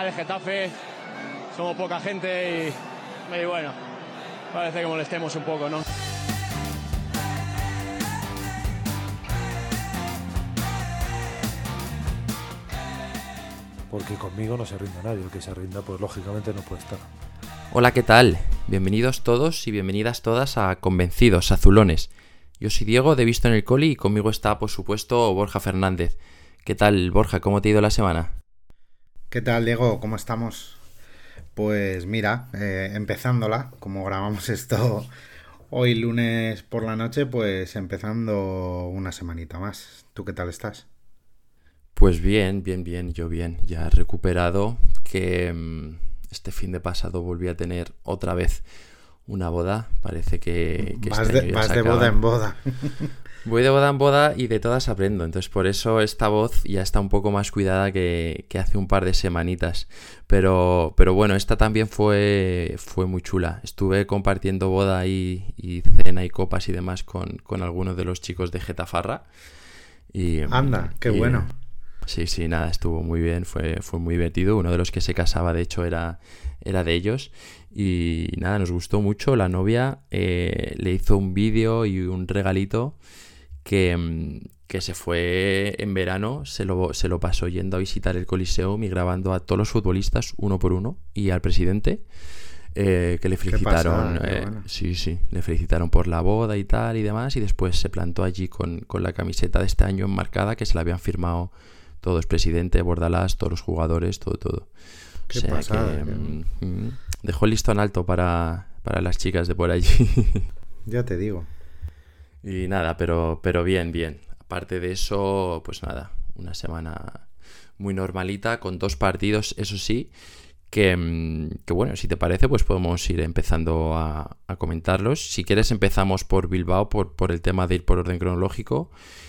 final es Getafe, somos poca gente y bueno, parece que molestemos un poco, ¿no? Porque conmigo no se rinda nadie, el que se rinda pues lógicamente no puede estar. Hola, ¿qué tal? Bienvenidos todos y bienvenidas todas a Convencidos, Azulones. Yo soy Diego de Visto en el Coli y conmigo está, por supuesto, Borja Fernández. ¿Qué tal, Borja? ¿Cómo te ha ido la semana? ¿Qué tal, Diego? ¿Cómo estamos? Pues mira, empezándola, como grabamos esto hoy lunes por la noche, pues empezando una semanita más. ¿Tú qué tal estás? Pues bien, yo bien. Ya he recuperado que este fin de pasado volví a tener otra vez una boda. Parece que vas de boda en boda. Voy de boda en boda y de todas aprendo. Entonces por eso esta voz ya está un poco más cuidada que hace un par de semanitas. Pero bueno, esta también fue muy chula. Estuve compartiendo boda y cena y copas y demás con algunos de los chicos de Getafarra. Anda, qué bueno. Sí, nada, estuvo muy bien, fue muy divertido. Uno de los que se casaba, de hecho, era de ellos. Y nada, nos gustó mucho. La novia le hizo un vídeo y un regalito que se fue en verano, se lo pasó yendo a visitar el Coliseum y grabando a todos los futbolistas uno por uno y al presidente. Que le felicitaron, bueno. Sí, le felicitaron por la boda y tal y demás. Y después se plantó allí con la camiseta de este año enmarcada, que se la habían firmado todos, presidente, Bordalás, todos los jugadores, todo. Qué pasada, dejó el listón alto para las chicas de por allí. Ya te digo. Y nada, pero bien. Aparte de eso, pues nada, una semana muy normalita, con 2 partidos, eso sí, que bueno, si te parece, pues podemos ir empezando a comentarlos. Si quieres empezamos por Bilbao, por el tema de ir por orden cronológico.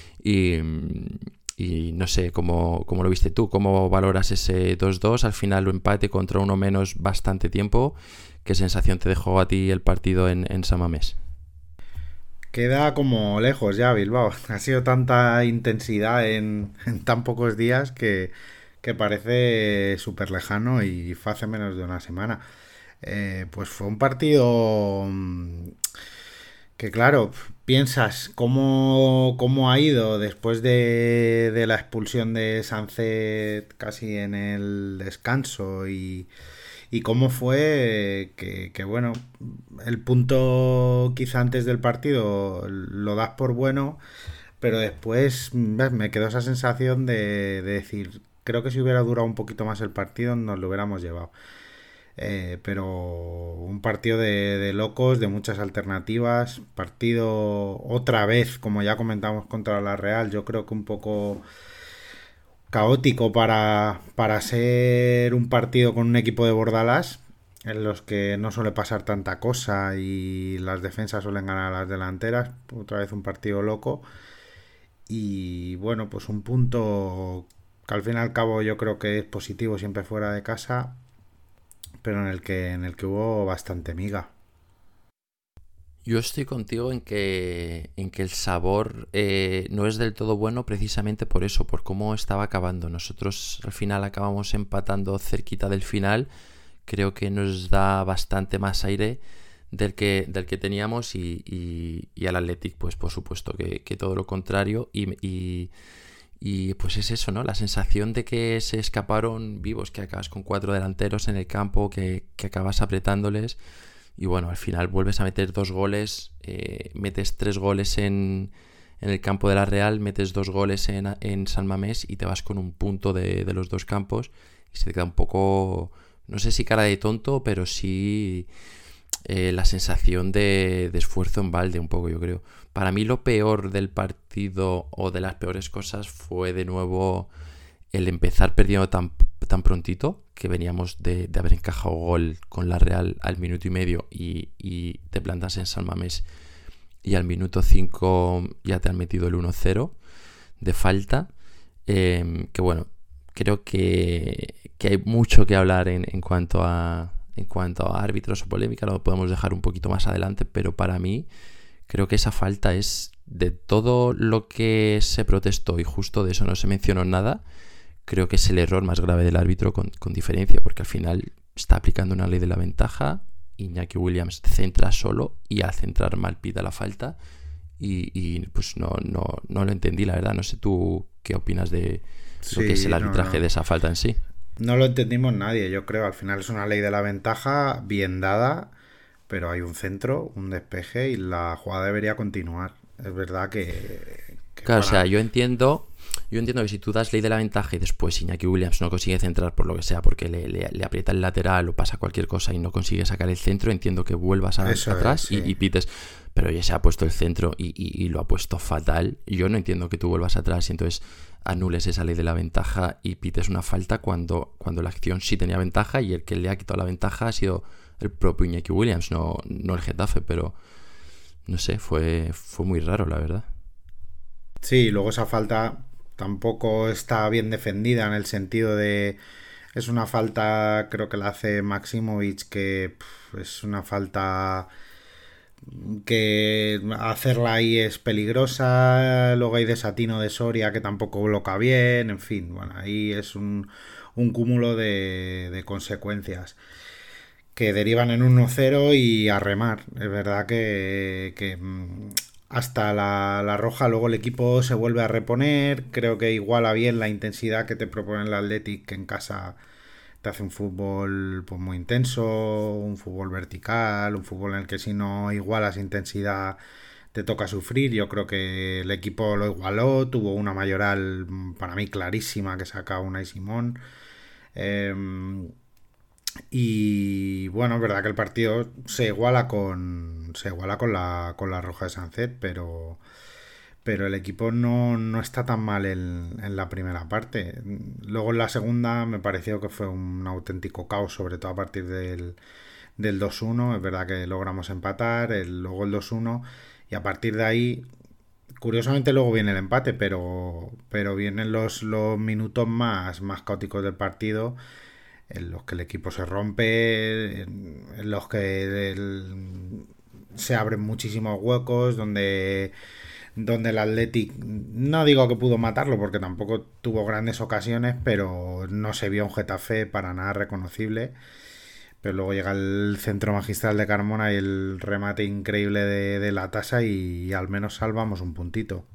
Y no sé, ¿cómo lo viste tú? ¿Cómo valoras ese 2-2? Al final lo empate contra uno menos bastante tiempo. ¿Qué sensación te dejó a ti el partido en San Mamés? Queda como lejos ya Bilbao. Ha sido tanta intensidad en tan pocos días que parece súper lejano y fue hace menos de una semana. Pues fue un partido que claro, piensas cómo ha ido después de la expulsión de Sánchez casi en el descanso y cómo fue que bueno, el punto quizá antes del partido lo das por bueno, pero después me quedó esa sensación de decir, creo que si hubiera durado un poquito más el partido nos lo hubiéramos llevado. Pero un partido de locos, de muchas alternativas, partido otra vez, como ya comentamos, contra la Real, yo creo que un poco caótico para ser un partido con un equipo de Bordalás, en los que no suele pasar tanta cosa y las defensas suelen ganar a las delanteras. Otra vez un partido loco y bueno, pues un punto que al fin y al cabo yo creo que es positivo siempre fuera de casa, pero en el que hubo bastante miga. Yo estoy contigo en que el sabor no es del todo bueno precisamente por eso, por cómo estaba acabando. Nosotros al final acabamos empatando cerquita del final. Creo que nos da bastante más aire del que teníamos y al Athletic, pues por supuesto que todo lo contrario. Y pues es eso, ¿no? La sensación de que se escaparon vivos, que acabas con 4 delanteros en el campo, que acabas apretándoles. Y bueno, al final vuelves a meter 2 goles, metes 3 goles en el campo de la Real, metes 2 goles en San Mamés y te vas con un punto de los 2 campos y se te queda un poco, no sé si cara de tonto, pero sí la sensación de esfuerzo en balde un poco, yo creo. Para mí lo peor del partido o de las peores cosas fue de nuevo el empezar perdiendo tan prontito, que veníamos de haber encajado gol con la Real al minuto y medio y te plantas en San Mamés y al minuto 5 ya te han metido el 1-0 de falta, que bueno, creo que hay mucho que hablar en cuanto a árbitros o polémica, lo podemos dejar un poquito más adelante, pero para mí creo que esa falta es de todo lo que se protestó y justo de eso no se mencionó nada. creo que es el error más grave del árbitro con diferencia, porque al final está aplicando una ley de la ventaja. Iñaki Williams centra solo y al centrar mal pita la falta y pues no lo entendí, la verdad. No sé tú qué opinas de lo que es el arbitraje de esa falta en sí. No lo entendimos nadie, yo creo. Al final es una ley de la ventaja bien dada, pero hay un centro, un despeje y la jugada debería continuar. Es verdad que claro, o sea, yo entiendo que si tú das ley de la ventaja y después Iñaki Williams no consigue centrar por lo que sea, porque le aprieta el lateral o pasa cualquier cosa y no consigue sacar el centro, entiendo que vuelvas atrás sí. y pites. Pero ya se ha puesto el centro y lo ha puesto fatal. Yo no entiendo que tú vuelvas atrás y entonces anules esa ley de la ventaja y pites una falta cuando la acción sí tenía ventaja y el que le ha quitado la ventaja ha sido el propio Iñaki Williams, no el Getafe, pero no sé, fue muy raro, la verdad. Sí, luego esa falta tampoco está bien defendida en el sentido de... Es una falta, creo que la hace Maximovic, que es una falta que hacerla ahí es peligrosa. Luego hay desatino de Soria que tampoco bloca bien. En fin, bueno, ahí es un cúmulo de consecuencias que derivan en 1-0 y a remar. Es verdad que hasta la roja luego el equipo se vuelve a reponer. Creo que iguala bien la intensidad que te propone el Athletic, que en casa te hace un fútbol pues muy intenso, un fútbol vertical, un fútbol en el que si no igualas intensidad te toca sufrir. Yo creo que el equipo lo igualó, tuvo una Mayoral para mí clarísima que saca Unai Simón. Y bueno, es verdad que el partido se iguala con la roja de Sancet, pero el equipo no está tan mal en la primera parte. Luego en la segunda me pareció que fue un auténtico caos, sobre todo a partir del 2-1. Es verdad que logramos empatar, luego el 2-1 y a partir de ahí, curiosamente luego viene el empate, pero vienen los minutos más caóticos del partido, en los que el equipo se rompe, en los que se abren muchísimos huecos, donde el Athletic, no digo que pudo matarlo porque tampoco tuvo grandes ocasiones, pero no se vio un Getafe para nada reconocible. Pero luego llega el centro magistral de Carmona y el remate increíble de la tasa y al menos salvamos un puntito.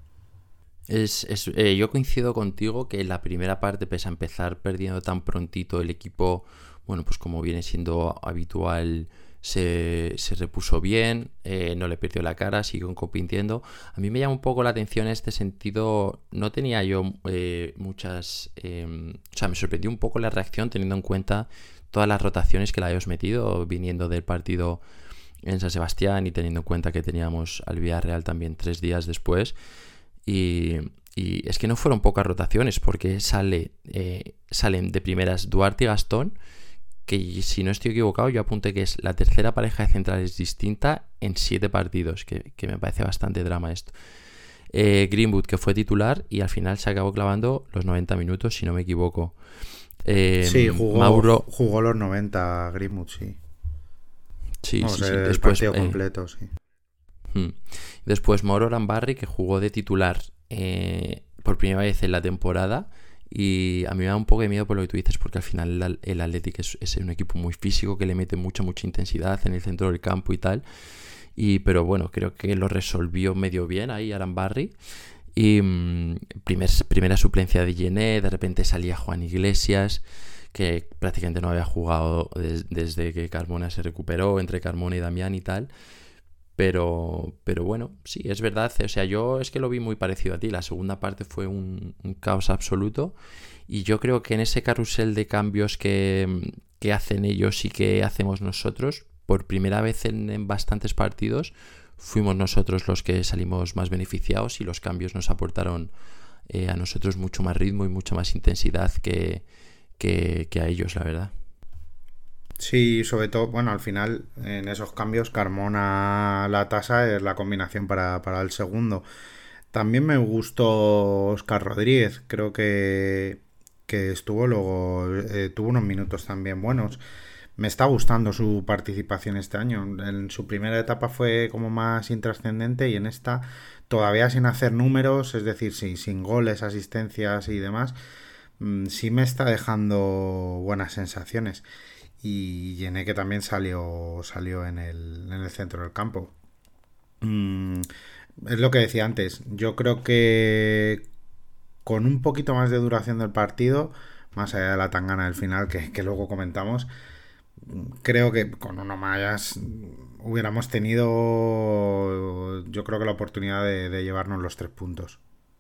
Yo coincido contigo que en la primera parte, pese a empezar perdiendo tan prontito, el equipo, bueno, pues como viene siendo habitual, se repuso bien, no le perdió la cara, siguió compitiendo. A mí me llama un poco la atención en este sentido. No tenía yo muchas... o sea, me sorprendió un poco la reacción teniendo en cuenta todas las rotaciones que le habíamos metido viniendo del partido en San Sebastián y teniendo en cuenta que teníamos al Villarreal también 3 días después. Y es que no fueron pocas rotaciones, porque salen de primeras Duarte y Gastón, que si no estoy equivocado yo apunté que es la tercera pareja de centrales distinta en 7 partidos, que me parece bastante drama esto. Greenwood, que fue titular y al final se acabó clavando los 90 minutos, si no me equivoco. Sí, jugó los 90 Greenwood, sí. Sí, Vamos, sí. El Después, partido completo, sí. Después Mauro Arambarri, que jugó de titular por primera vez en la temporada, y a mí me da un poco de miedo por lo que tú dices, porque al final el Athletic es un equipo muy físico que le mete mucha intensidad en el centro del campo y tal, pero bueno, creo que lo resolvió medio bien ahí Arambarri. Y primera suplencia de Yené, de repente salía Juan Iglesias, que prácticamente no había jugado desde que Carmona se recuperó, entre Carmona y Damián y tal. Pero bueno, sí, es verdad. O sea, yo es que lo vi muy parecido a ti. La segunda parte fue un caos absoluto. Y yo creo que en ese carrusel de cambios que hacen ellos y que hacemos nosotros, por primera vez en bastantes partidos, fuimos nosotros los que salimos más beneficiados y los cambios nos aportaron a nosotros mucho más ritmo y mucha más intensidad que a ellos, la verdad. Sí, sobre todo, bueno, al final en esos cambios Carmona la tasa es la combinación para el segundo. También me gustó Óscar Rodríguez, creo que estuvo luego, tuvo unos minutos también buenos. Me está gustando su participación este año. En su primera etapa fue como más intrascendente y en esta todavía sin hacer números, es decir, sin goles, asistencias y demás. sí me está dejando buenas sensaciones. Y Yené, que también salió en el centro del campo. Es lo que decía antes. Yo creo que con un poquito más de duración del partido, más allá de la tangana del final que luego comentamos, creo que con uno más hubiéramos tenido, yo creo que la oportunidad de llevarnos los 3 puntos.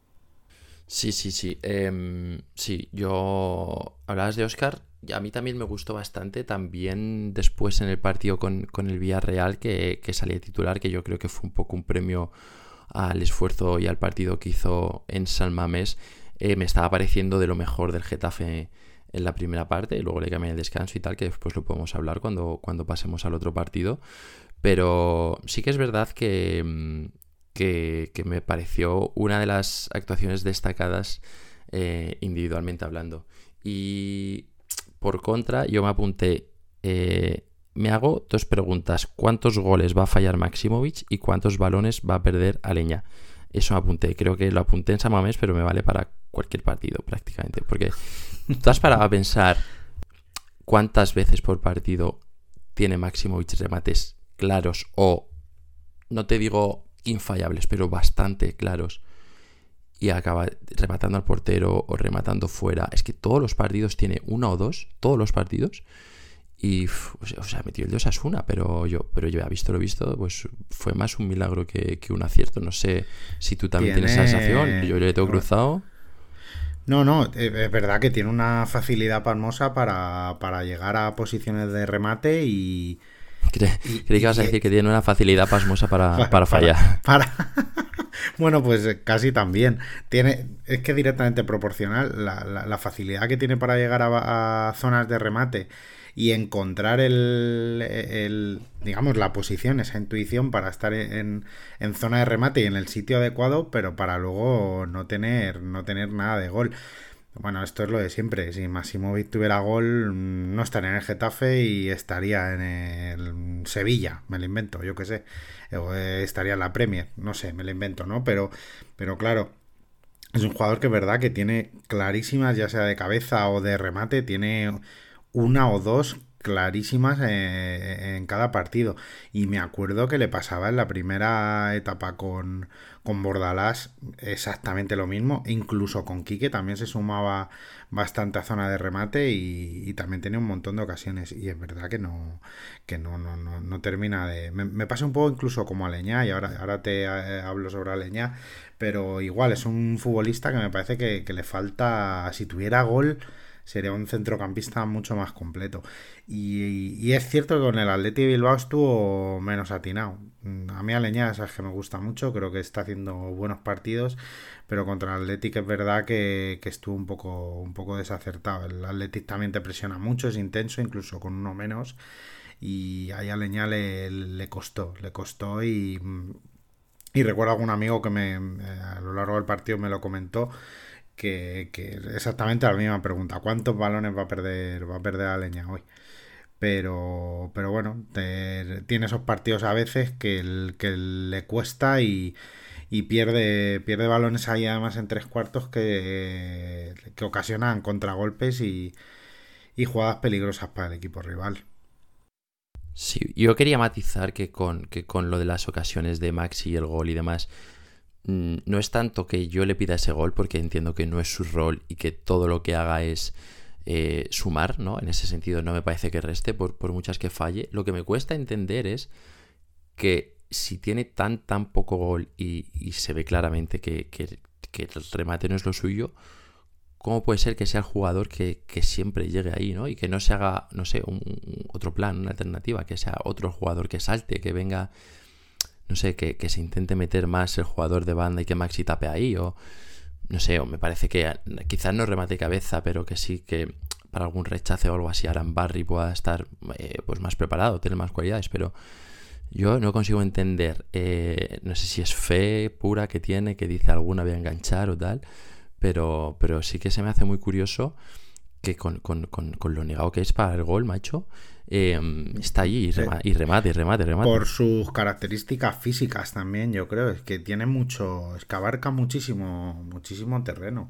Sí, sí, sí. Sí, yo... Hablabas de Óscar. A mí también me gustó bastante. También después en el partido con el Villarreal que salía titular, que yo creo que fue un poco un premio al esfuerzo y al partido que hizo en San Mamés. Me estaba pareciendo de lo mejor del Getafe en la primera parte, y luego le cambié el descanso y tal, que después lo podemos hablar cuando pasemos al otro partido. Pero sí que es verdad que me pareció una de las actuaciones destacadas individualmente hablando. Y por contra, yo me apunté, me hago 2 preguntas: ¿cuántos goles va a fallar Maximovic y cuántos balones va a perder Aleñá? Eso me apunté, creo que lo apunté en San Mamés, pero me vale para cualquier partido prácticamente, porque tú has parado a pensar cuántas veces por partido tiene Maximovic remates claros, o no te digo infallables, pero bastante claros, y acaba rematando al portero o rematando fuera. Es que todos los partidos tiene 1 o 2, todos los partidos, y o sea, metió el de Osasuna, pero yo ya visto lo visto, pues fue más un milagro que un acierto. No sé si tú también tienes esa sensación. Yo le tengo cruzado. No, es verdad que tiene una facilidad pasmosa para llegar a posiciones de remate y... Creí que ibas a decir que tiene una facilidad pasmosa para fallar. Bueno, pues casi también. Es que directamente proporcional la facilidad que tiene para llegar a zonas de remate y encontrar digamos, la posición, esa intuición para estar en zona de remate y en el sitio adecuado, pero para luego no tener nada de gol. Bueno, esto es lo de siempre. Si Maximovic tuviera gol, no estaría en el Getafe y estaría en el Sevilla, me lo invento, yo qué sé. O estaría en la Premier, no sé, me lo invento, ¿no? Pero claro, es un jugador que es verdad que tiene clarísimas, ya sea de cabeza o de remate, tiene 1 o 2 clarísimas en cada partido. Y me acuerdo que le pasaba en la primera etapa con Bordalás exactamente lo mismo. Incluso con Quique también se sumaba bastante a zona de remate y también tenía un montón de ocasiones. Y es verdad que no termina de... Me pasa un poco incluso como Aleñá, y ahora te hablo sobre Aleñá, pero igual es un futbolista que me parece que le falta... Si tuviera gol, sería un centrocampista mucho más completo. Y es cierto que con el Athletic Bilbao estuvo menos atinado. A mí Aleñá, sabes que me gusta mucho, creo que está haciendo buenos partidos, pero contra el Athletic es verdad que estuvo un poco desacertado. El Athletic también te presiona mucho, es intenso, incluso con uno menos, y ahí a Aleñá le costó y recuerdo a algún amigo que a lo largo del partido me lo comentó, que exactamente la misma pregunta: ¿cuántos balones va a perder Aleñá hoy? Pero bueno, tiene esos partidos a veces que le cuesta y pierde balones ahí, además en 3/4 que ocasionan contragolpes y jugadas peligrosas para el equipo rival. Sí, yo quería matizar que con lo de las ocasiones de Maxi y el gol y demás, no es tanto que yo le pida ese gol, porque entiendo que no es su rol y que todo lo que haga es sumar, ¿no? En ese sentido no me parece que reste por muchas que falle. Lo que me cuesta entender es que si tiene tan poco gol y se ve claramente que el remate no es lo suyo, ¿cómo puede ser que sea el jugador que siempre llegue ahí, ¿no? Y que no se haga, no sé, otro plan, una alternativa, que sea otro jugador que salte, que venga, no sé, que se intente meter más el jugador de banda y que Maxi tape ahí, o no sé, o me parece que quizás no remate cabeza, pero que sí que para algún rechace o algo así Aran Barry pueda estar pues más preparado, tener más cualidades, pero yo no consigo entender, no sé si es fe pura que tiene, que dice alguna voy a enganchar o tal, pero sí que se me hace muy curioso que con lo negado que es para el gol, macho, está allí y remate. Por sus características físicas también, yo creo, es que tiene mucho, es que abarca muchísimo terreno.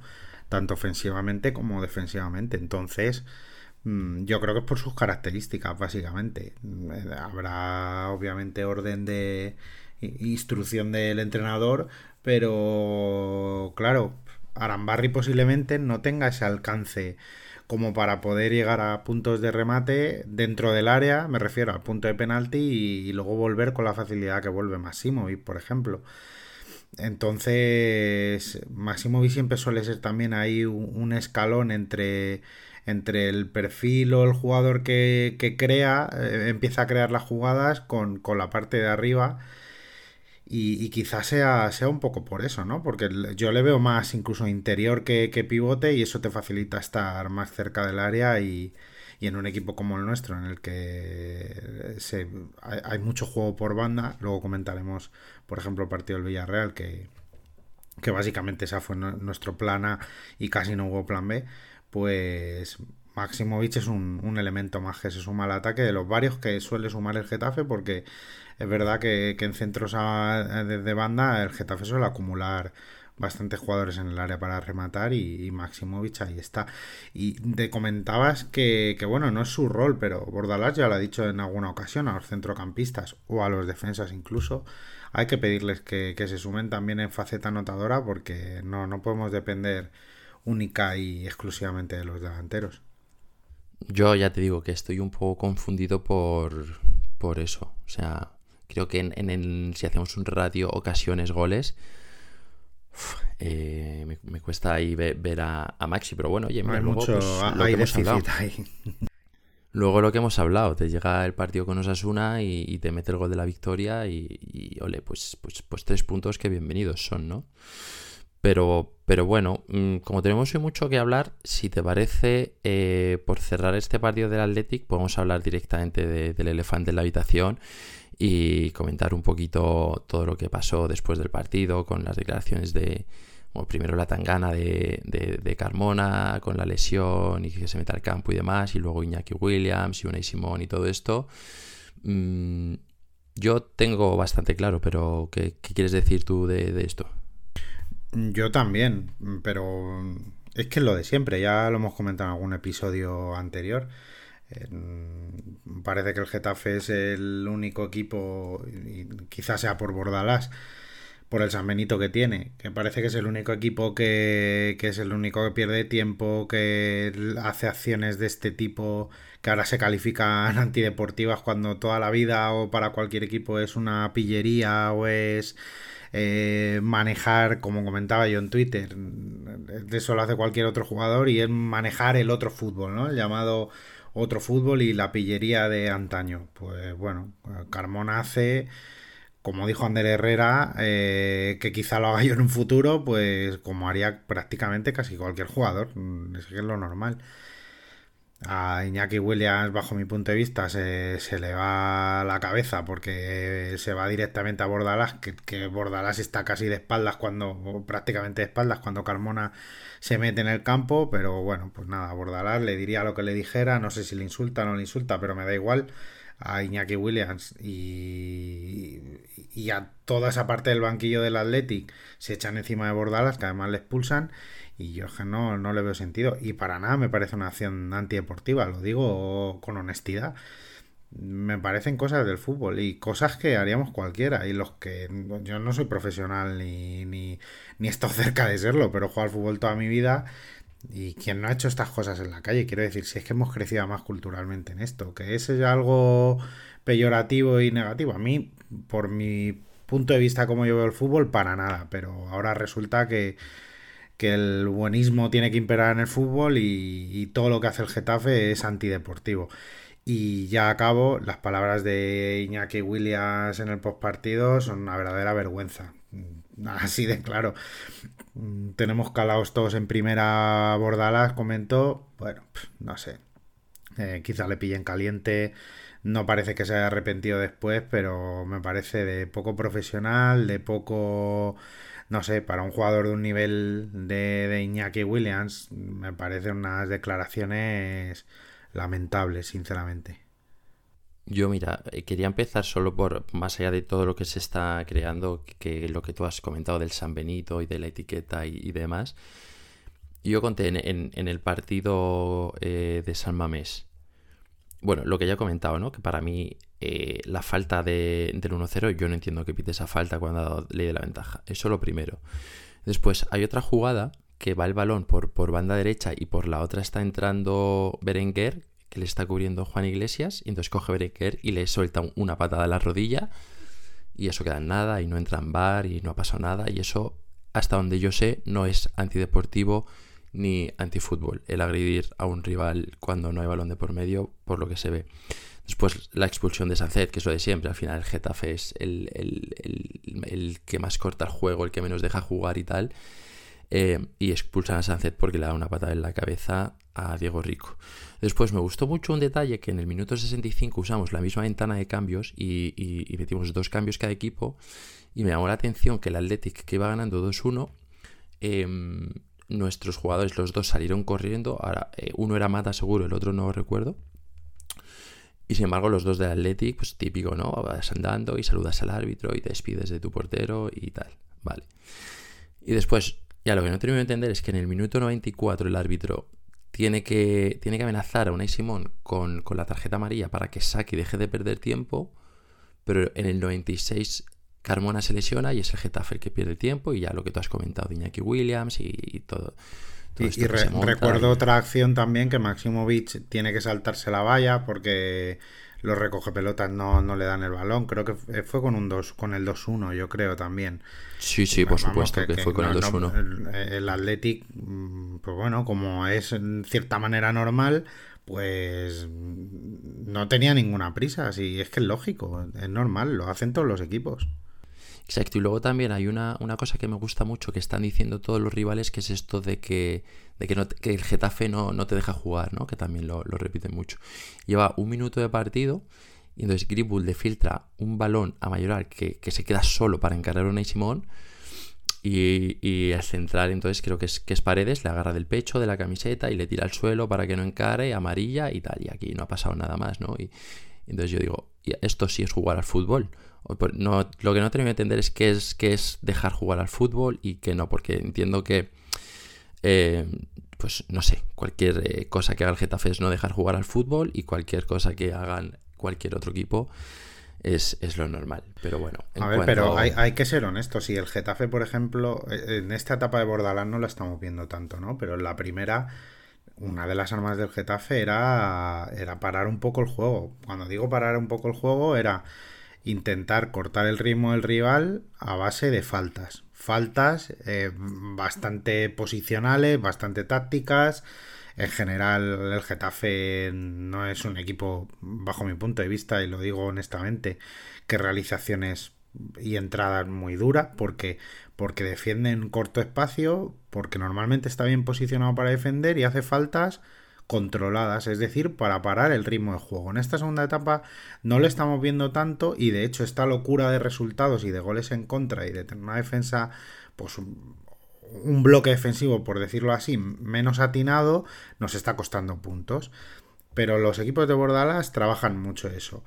tanto ofensivamente como defensivamente. Entonces, yo creo que es por sus características, básicamente. Habrá, obviamente, orden de instrucción del entrenador, pero, claro, Arambarri posiblemente no tenga ese alcance como para poder llegar a puntos de remate dentro del área, me refiero al punto de penalti, y luego volver con la facilidad que vuelve Maximovic, por ejemplo. Entonces, Maximovic siempre suele ser también ahí un escalón entre el perfil o el jugador que crea, empieza a crear las jugadas con la parte de arriba. Y quizás sea un poco por eso, ¿no? Porque yo le veo más incluso interior que pivote, y eso te facilita estar más cerca del área, y en un equipo como el nuestro, en el que hay mucho juego por banda. Luego comentaremos, por ejemplo, el partido del Villarreal, que básicamente esa fue nuestro plan A y casi no hubo plan B. Pues Maximovic es un elemento más que se suma al ataque, de los varios que suele sumar el Getafe, porque es verdad que en centros de banda el Getafe suele acumular bastantes jugadores en el área para rematar, y Maximovic ahí está. Y te comentabas que bueno, no es su rol, pero Bordalás ya lo ha dicho en alguna ocasión a los centrocampistas o a los defensas incluso, hay que pedirles que se sumen también en faceta anotadora, porque no podemos depender única y exclusivamente de los delanteros. Yo ya te digo que estoy un poco confundido por eso. O sea, creo que si hacemos un ratio ocasiones-goles, me cuesta ahí ver a Maxi. Pero bueno, oye, mira, Hay luego mucho, pues, lo hay que hemos hablado. déficit ahí. Luego lo que hemos hablado, te llega el partido con Osasuna y te mete el gol de la victoria y ole, pues 3 puntos que bienvenidos son, ¿no? Pero bueno, como tenemos hoy mucho que hablar, si te parece, por cerrar este partido del Athletic, podemos hablar directamente del elefante en la habitación y comentar un poquito todo lo que pasó después del partido, con las declaraciones bueno, primero la tangana de Carmona, con la lesión y que se meta al campo y demás, y luego Iñaki Williams y Unai Simón y todo esto. Yo tengo bastante claro, pero ¿qué quieres decir tú de esto? Yo también, pero es que es lo de siempre, ya lo hemos comentado en algún episodio anterior. Parece que el Getafe es el único equipo, y quizás sea por Bordalás, por el San Benito que tiene, que parece que es el único equipo que es el único que pierde tiempo, que hace acciones de este tipo que ahora se califican antideportivas, cuando toda la vida o para cualquier equipo es una pillería o es manejar, como comentaba yo en Twitter, de eso lo hace cualquier otro jugador, y es manejar el otro fútbol, ¿no? El llamado otro fútbol y la pillería de antaño. Pues bueno, Carmona hace, como dijo Ander Herrera, que quizá lo haga yo en un futuro, pues como haría prácticamente casi cualquier jugador. Es que es lo normal. A Iñaki Williams, bajo mi punto de vista, se le va la cabeza, porque se va directamente a Bordalás, que Bordalás está casi de espaldas o prácticamente de espaldas cuando Carmona se mete en el campo. Pero bueno, pues nada, a Bordalás le diría lo que le dijera, no sé si le insulta o no le insulta, pero me da igual. A Iñaki Williams y a toda esa parte del banquillo del Athletic se echan encima de Bordalás, que además le expulsan, y yo no le veo sentido, y para nada me parece una acción antideportiva, lo digo con honestidad. Me parecen cosas del fútbol y cosas que haríamos cualquiera, y los que yo no soy profesional ni he estado cerca de serlo, pero he jugado al fútbol toda mi vida. Y quien no ha hecho estas cosas en la calle, quiero decir, si es que hemos crecido más culturalmente en esto, que es algo peyorativo y negativo. A mí, por mi punto de vista, como yo veo el fútbol, para nada, pero ahora resulta que el buenismo tiene que imperar en el fútbol, y todo lo que hace el Getafe es antideportivo. Y ya acabo, las palabras de Iñaki Williams en el postpartido son una verdadera vergüenza. Así de claro. Tenemos calados todos en primera. Bordalás comentó, bueno, no sé, quizá le pillen caliente, no parece que se haya arrepentido después, pero me parece de poco profesional, de poco, no sé, para un jugador de un nivel de Iñaki Williams, me parecen unas declaraciones lamentables, sinceramente. Yo, mira, quería empezar solo por, más allá de todo lo que se está creando, que lo que tú has comentado del San Benito y de la etiqueta y demás, yo conté en el partido de San Mamés, bueno, lo que ya he comentado, ¿no? Que para mí la falta del 1-0, yo no entiendo que pite esa falta cuando ha dado ley de la ventaja. Eso lo primero. Después hay otra jugada que va el balón por banda derecha y por la otra está entrando Berenguer, que le está cubriendo Juan Iglesias, y entonces coge Berenguer y le suelta una patada a la rodilla y eso queda en nada y no entra en VAR y no ha pasado nada, y eso, hasta donde yo sé, no es antideportivo ni antifútbol, el agredir a un rival cuando no hay balón de por medio, por lo que se ve. Después la expulsión de Sancet, que es lo de siempre. Al final el Getafe es el que más corta el juego, el que menos deja jugar y tal. Y expulsan a Sancet porque le da una patada en la cabeza a Diego Rico. Después me gustó mucho un detalle, que en el minuto 65 usamos la misma ventana de cambios y metimos 2 cambios cada equipo, y me llamó la atención que el Athletic, que iba ganando 2-1, nuestros jugadores, los dos, salieron corriendo. Ahora, uno era Mata seguro, el otro no recuerdo. Y sin embargo, los dos del Athletic, pues típico, ¿no? Vas andando y saludas al árbitro y te despides de tu portero y tal. Vale. Y después, ya lo que no termino de entender es que en el minuto 94 el árbitro tiene que amenazar a Unai Simón con la tarjeta amarilla para que saque y deje de perder tiempo, pero en el 96 Carmona se lesiona y es el Getafe el que pierde tiempo, y ya lo que tú has comentado de Iñaki Williams y todo. Y recuerdo otra acción también, que Maximovic tiene que saltarse la valla porque los recoge pelotas no le dan el balón. Creo que fue con el 2-1, yo creo también. Sí, por supuesto que fue con el 2-1. El Athletic, pues bueno, como es en cierta manera normal, pues no tenía ninguna prisa. Sí, es que es lógico, es normal, lo hacen todos los equipos. Exacto, y luego también hay una cosa que me gusta mucho que están diciendo todos los rivales, que es esto de que el Getafe no te deja jugar, ¿no? Que también lo repiten mucho. Lleva 1 minuto de partido y entonces Greenwood le filtra un balón a Mayoral que se queda solo para encarar a Unai Simón, y el central, entonces creo que es Paredes, le agarra del pecho, de la camiseta y le tira al suelo para que no encare, amarilla y tal, y aquí no ha pasado nada más, ¿no? Y entonces yo digo, esto sí es jugar al fútbol. No, lo que no termino de entender es qué es dejar jugar al fútbol y qué no, porque entiendo que pues no sé, cualquier cosa que haga el Getafe es no dejar jugar al fútbol, y cualquier cosa que hagan cualquier otro equipo es lo normal. Pero bueno, pero hay que ser honestos. Si el Getafe, por ejemplo, en esta etapa de Bordalás no la estamos viendo tanto, ¿no? Pero en la primera, una de las armas del Getafe era parar un poco el juego. Cuando digo parar un poco el juego, era intentar cortar el ritmo del rival a base de faltas bastante posicionales, bastante tácticas. En general el Getafe no es un equipo, bajo mi punto de vista, y lo digo honestamente, que realiza acciones y entradas muy duras, porque defiende en corto espacio, porque normalmente está bien posicionado para defender y hace faltas controladas, es decir, para parar el ritmo de juego. En esta segunda etapa no lo estamos viendo tanto, y de hecho esta locura de resultados y de goles en contra y de tener una defensa, pues un bloque defensivo, por decirlo así, menos atinado, nos está costando puntos. Pero los equipos de Bordalás trabajan mucho eso.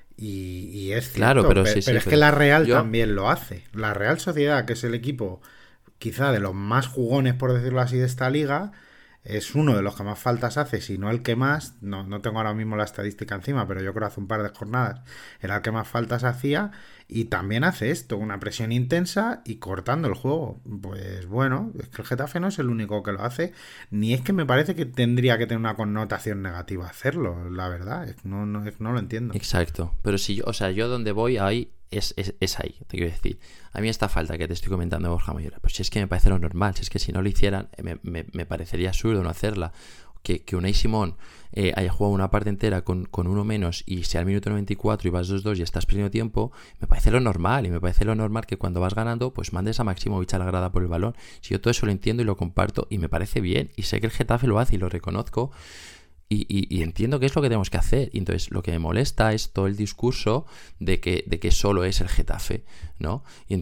Y es cierto, claro, pero es que la Real también lo hace. La Real Sociedad, que es el equipo quizá de los más jugones, por decirlo así, de esta liga, es uno de los que más faltas hace, si no el que más. No tengo ahora mismo la estadística encima, pero yo creo que hace un par de jornadas era el que más faltas hacía, y también hace esto, una presión intensa y cortando el juego. Pues bueno, es que el Getafe no es el único que lo hace, ni es que me parece que tendría que tener una connotación negativa hacerlo, la verdad, no lo entiendo. Exacto, pero si yo donde voy ahí es ahí, te quiero decir. A mí esta falta que te estoy comentando de Borja Mayoral, pues si es que me parece lo normal, si es que si no lo hicieran me parecería absurdo no hacerla. Que Unai Simón haya jugado una parte entera con uno menos y sea al minuto 94 y vas 2-2 y estás perdiendo tiempo, me parece lo normal. Y me parece lo normal que cuando vas ganando, pues mandes a Maximovic a la grada por el balón. Si yo todo eso lo entiendo y lo comparto y me parece bien, y sé que el Getafe lo hace y lo reconozco, y entiendo que es lo que tenemos que hacer. Y entonces lo que me molesta es todo el discurso de que solo es el Getafe, ¿no?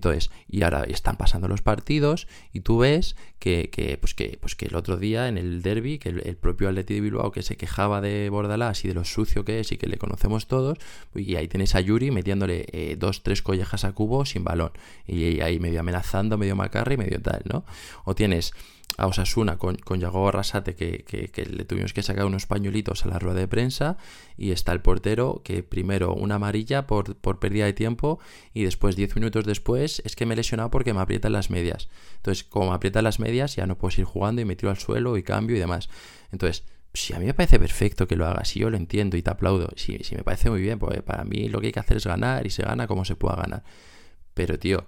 Y ahora están pasando los partidos y tú ves que el otro día en el derbi, que el propio Athletic de Bilbao, que se quejaba de Bordalás y de lo sucio que es y que le conocemos todos, y ahí tienes a Yuri metiéndole 2-3 collejas a Cubo sin balón, y ahí medio amenazando, medio macarra y medio tal, ¿no? O tienes a Osasuna con Yago Arrasate, que le tuvimos que sacar unos pañuelitos a la rueda de prensa, y está el portero que primero una amarilla por pérdida de tiempo, y después 10 minutos después es que me he lesionado porque me aprietan las medias. Entonces, como me aprietan las medias, ya no puedo seguir jugando y me tiro al suelo y cambio y demás. Entonces, si a mí me parece perfecto que lo hagas, si yo lo entiendo y te aplaudo, si me parece muy bien, pues para mí lo que hay que hacer es ganar, y se gana como se pueda ganar. Pero, tío,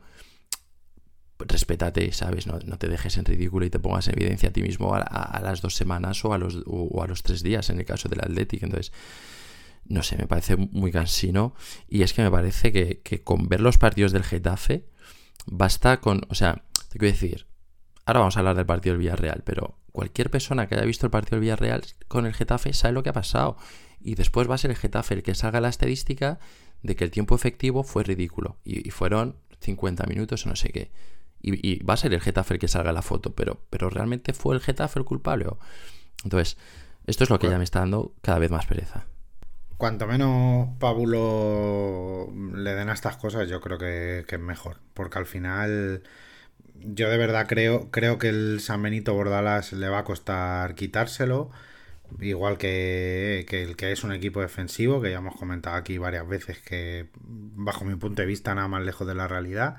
respétate, ¿sabes? No te dejes en ridículo y te pongas en evidencia a ti mismo a las 2 semanas o a los 3 días en el caso del Athletic. Entonces, no sé, me parece muy cansino, y es que me parece que con ver los partidos del Getafe basta con, o sea, te quiero decir, ahora vamos a hablar del partido del Villarreal, pero cualquier persona que haya visto el partido del Villarreal con el Getafe sabe lo que ha pasado, y después va a ser el Getafe el que salga la estadística de que el tiempo efectivo fue ridículo y fueron 50 minutos o no sé qué. Y va a ser el Getafe el que salga la foto, pero ¿realmente fue el Getafe el culpable? Entonces, esto es lo que ya me está dando cada vez más pereza. Cuanto menos pábulo le den a estas cosas, yo creo que es mejor. Porque al final, yo de verdad creo que el San Benito Bordalas le va a costar quitárselo. Igual que el que es un equipo defensivo, que ya hemos comentado aquí varias veces que, bajo mi punto de vista, nada más lejos de la realidad.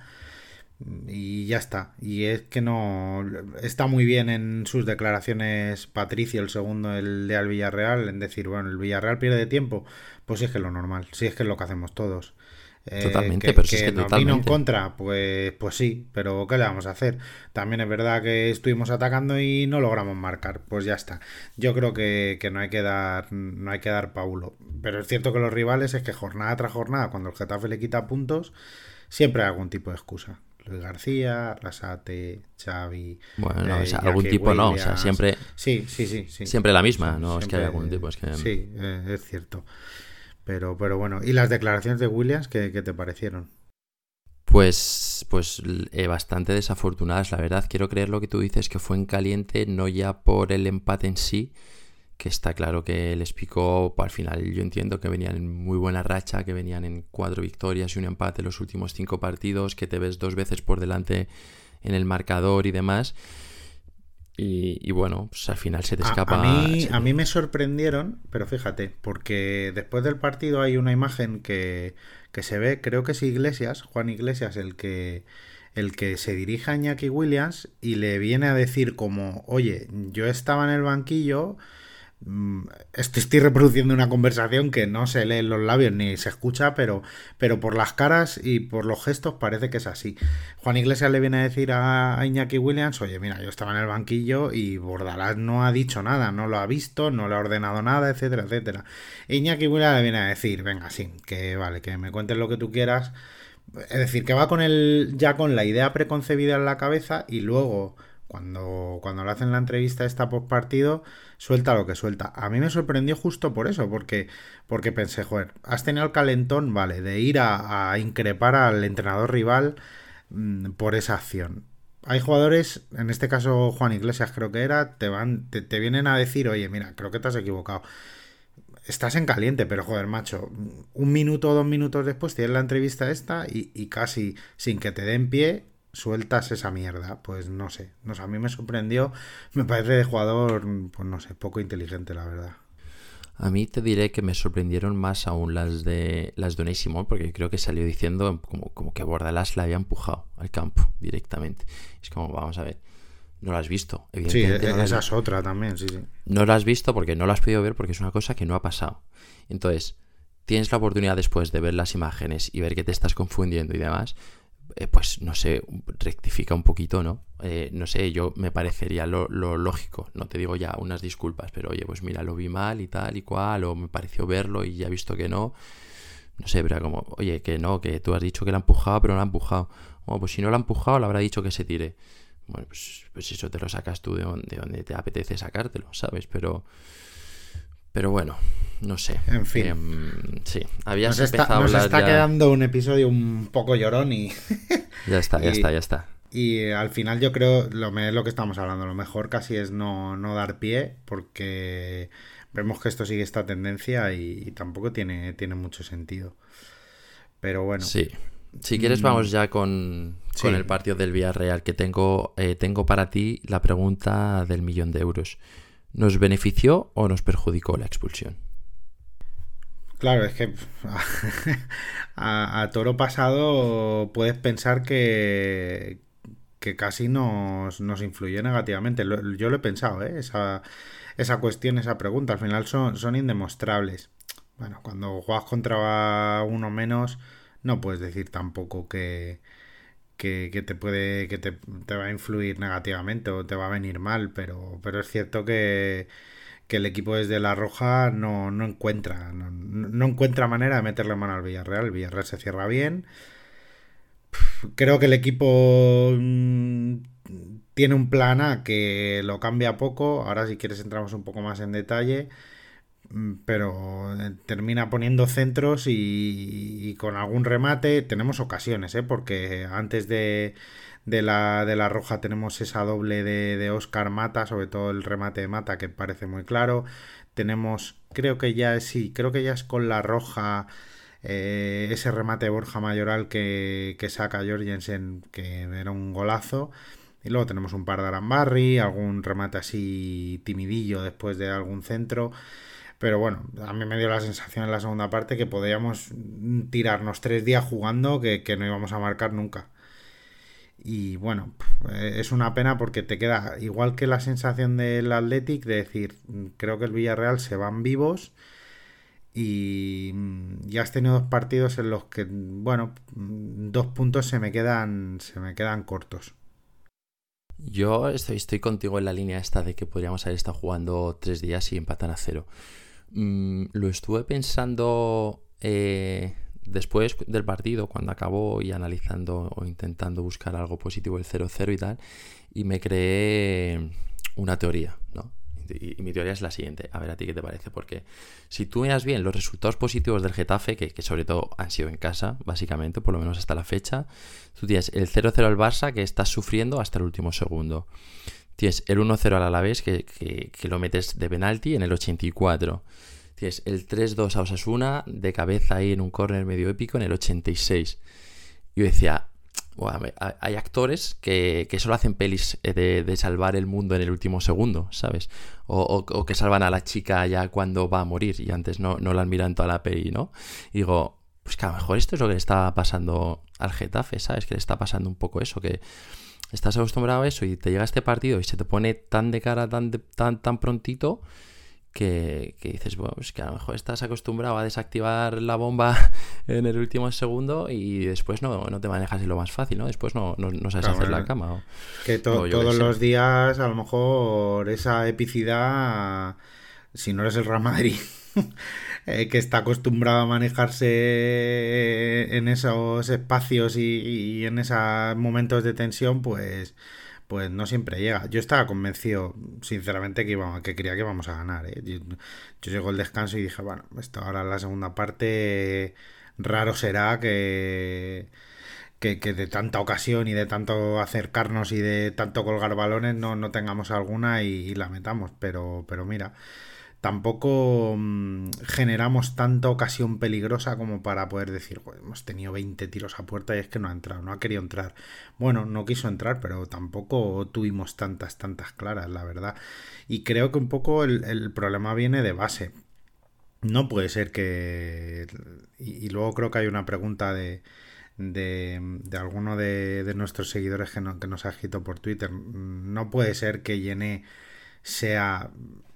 Y ya está. Y es que no está muy bien en sus declaraciones Patricio, el segundo, el de al Villarreal, en decir, bueno, el Villarreal pierde tiempo. Pues sí, es que es lo normal, sí, es que es lo que hacemos todos. Totalmente, pero si es que nos totalmente vino en contra, pues sí, pero ¿qué le vamos a hacer? También es verdad que estuvimos atacando y no logramos marcar, pues ya está. Yo creo que no hay que dar paulo. Pero es cierto que los rivales es que jornada tras jornada, cuando el Getafe le quita puntos, siempre hay algún tipo de excusa. Luis García, Arrasate, Xavi, bueno, no, o sea, Iñaki algún tipo Williams. No, o sea, siempre sí. siempre la misma, no Siempre, es que haya algún tipo, es que sí, es cierto. Pero bueno, ¿y las declaraciones de Williams qué te parecieron? Pues bastante desafortunadas, la verdad. Quiero creer lo que tú dices, que fue en caliente, no ya por el empate en sí, que está claro que les picó. Al final yo entiendo que venían en muy buena racha, que venían en 4 victorias y un empate en los últimos 5 partidos, que te ves 2 veces por delante en el marcador y demás. Y bueno, pues al final se te escapa. A mí me sorprendieron, pero fíjate, porque después del partido hay una imagen que se ve, creo que es Iglesias, Juan Iglesias, el que se dirige a Iñaki Williams y le viene a decir como, oye, yo estaba en el banquillo. Estoy reproduciendo una conversación que no se lee en los labios ni se escucha, pero por las caras y por los gestos parece que es así. Juan Iglesias le viene a decir a Iñaki Williams, oye, mira, yo estaba en el banquillo y Bordalás no ha dicho nada, no lo ha visto, no le ha ordenado nada, etcétera, etcétera. Iñaki Williams le viene a decir, venga, sí, que vale, que me cuentes lo que tú quieras. Es decir, que va ya con la idea preconcebida en la cabeza, y luego cuando le hacen la entrevista esta post partido, suelta lo que suelta. A mí me sorprendió justo por eso, porque pensé, joder, has tenido el calentón, vale, de ir a increpar al entrenador rival por esa acción. Hay jugadores, en este caso Juan Iglesias creo que era, te vienen a decir, oye, mira, creo que te has equivocado. Estás en caliente, pero joder, macho, 1 minuto o 2 minutos después tienes la entrevista esta y casi sin que te den pie sueltas esa mierda. Pues no sé, a mí me sorprendió, me parece de jugador, pues no sé, poco inteligente, la verdad. A mí te diré que me sorprendieron más aún las de Unai Simón, porque creo que salió diciendo como que Bordalás la había empujado al campo directamente. Es como, vamos a ver, no lo has visto. Evidentemente, sí, esa es otra también, sí. No lo has visto porque no lo has podido ver, porque es una cosa que no ha pasado. Entonces, tienes la oportunidad después de ver las imágenes y ver que te estás confundiendo y demás, pues no sé, rectifica un poquito, ¿no? No sé, yo me parecería lo lógico, no te digo ya unas disculpas, pero oye, pues mira, lo vi mal y tal y cual, o me pareció verlo y ya he visto que no sé, pero como, oye, que no, que tú has dicho que la ha empujado, pero no la ha empujado. Bueno, pues si no la ha empujado, le habrá dicho que se tire. Bueno, pues eso te lo sacas tú de donde te apetece sacártelo, ¿sabes? Pero bueno, no sé. En fin. Sí, habías empezado a hablar. Nos está quedando un episodio un poco llorón y... Ya está. Y al final yo creo, lo que estamos hablando, lo mejor casi es no dar pie, porque vemos que esto sigue esta tendencia y tampoco tiene mucho sentido. Pero bueno. Sí. Si quieres vamos ya con el partido del Villarreal, que tengo para ti la pregunta del 1.000.000 de euros. ¿Nos benefició o nos perjudicó la expulsión? Claro, es que a toro pasado puedes pensar que casi nos influyó negativamente. Yo lo he pensado, esa cuestión, esa pregunta. Al final son indemostrables. Bueno, cuando juegas contra uno menos, no puedes decir tampoco que te va a influir negativamente o te va a venir mal, pero es cierto que el equipo desde La Roja no encuentra manera de meterle mano al Villarreal. El Villarreal se cierra bien. Creo que el equipo tiene un plan A que lo cambia poco. Ahora si quieres entramos un poco más en detalle, pero termina poniendo centros y con algún remate. Tenemos ocasiones, porque antes de la Roja tenemos esa doble de Óscar Mata, sobre todo el remate de Mata que parece muy claro. Tenemos, creo que ya es con La Roja, ese remate de Borja Mayoral que saca Jorgensen, que era un golazo. Y luego tenemos un par de Arambarri, algún remate así timidillo después de algún centro. Pero bueno, a mí me dio la sensación en la segunda parte que podíamos tirarnos 3 días jugando que no íbamos a marcar nunca. Y bueno, es una pena porque te queda igual que la sensación del Athletic de decir, creo que el Villarreal se van vivos y ya has tenido 2 partidos en los que, bueno, 2 puntos se me quedan cortos. Yo estoy contigo en la línea esta de que podríamos haber estado jugando 3 días y empatan a 0. Lo estuve pensando después del partido, cuando acabó, y analizando o intentando buscar algo positivo, el 0-0 y tal, y me creé una teoría, ¿no? Y mi teoría es la siguiente, a ver a ti qué te parece, porque si tú miras bien los resultados positivos del Getafe, que sobre todo han sido en casa, básicamente, por lo menos hasta la fecha, tú tienes el 0-0 al Barça, que estás sufriendo hasta el último segundo. Tienes el 1-0 al Alavés, que lo metes de penalti en el 84. Tienes el 3-2 a Osasuna, de cabeza ahí en un córner medio épico en el 86. Yo decía, bueno, hay actores que solo hacen pelis de salvar el mundo en el último segundo, ¿sabes? O que salvan a la chica ya cuando va a morir y antes no la han mirado en toda la peli, ¿no? Y digo, pues que a lo mejor esto es lo que le está pasando al Getafe, ¿sabes? Que le está pasando un poco eso, que estás acostumbrado a eso y te llega este partido y se te pone tan de cara tan prontito que dices, bueno, pues que a lo mejor estás acostumbrado a desactivar la bomba en el último segundo y después no te manejas en lo más fácil, ¿no? Después no sabes hacer la cama. Que todos los días a lo mejor esa epicidad, si no eres el Real Madrid, que está acostumbrado a manejarse en esos espacios y en esos momentos de tensión, pues no siempre llega. Yo estaba convencido, sinceramente, que creía que íbamos a ganar, ¿eh? Yo llegó el descanso y dije, bueno, esto ahora en la segunda parte raro será que de tanta ocasión y de tanto acercarnos y de tanto colgar balones no tengamos alguna y la metamos. Pero mira, tampoco generamos tanta ocasión peligrosa como para poder decir, hemos tenido 20 tiros a puerta y es que no ha entrado, no ha querido entrar. Bueno, no quiso entrar, pero tampoco tuvimos tantas claras, la verdad. Y creo que un poco el problema viene de base. No puede ser que... Y luego creo que hay una pregunta de alguno de nuestros seguidores que nos ha escrito por Twitter. No puede ser que Yené sea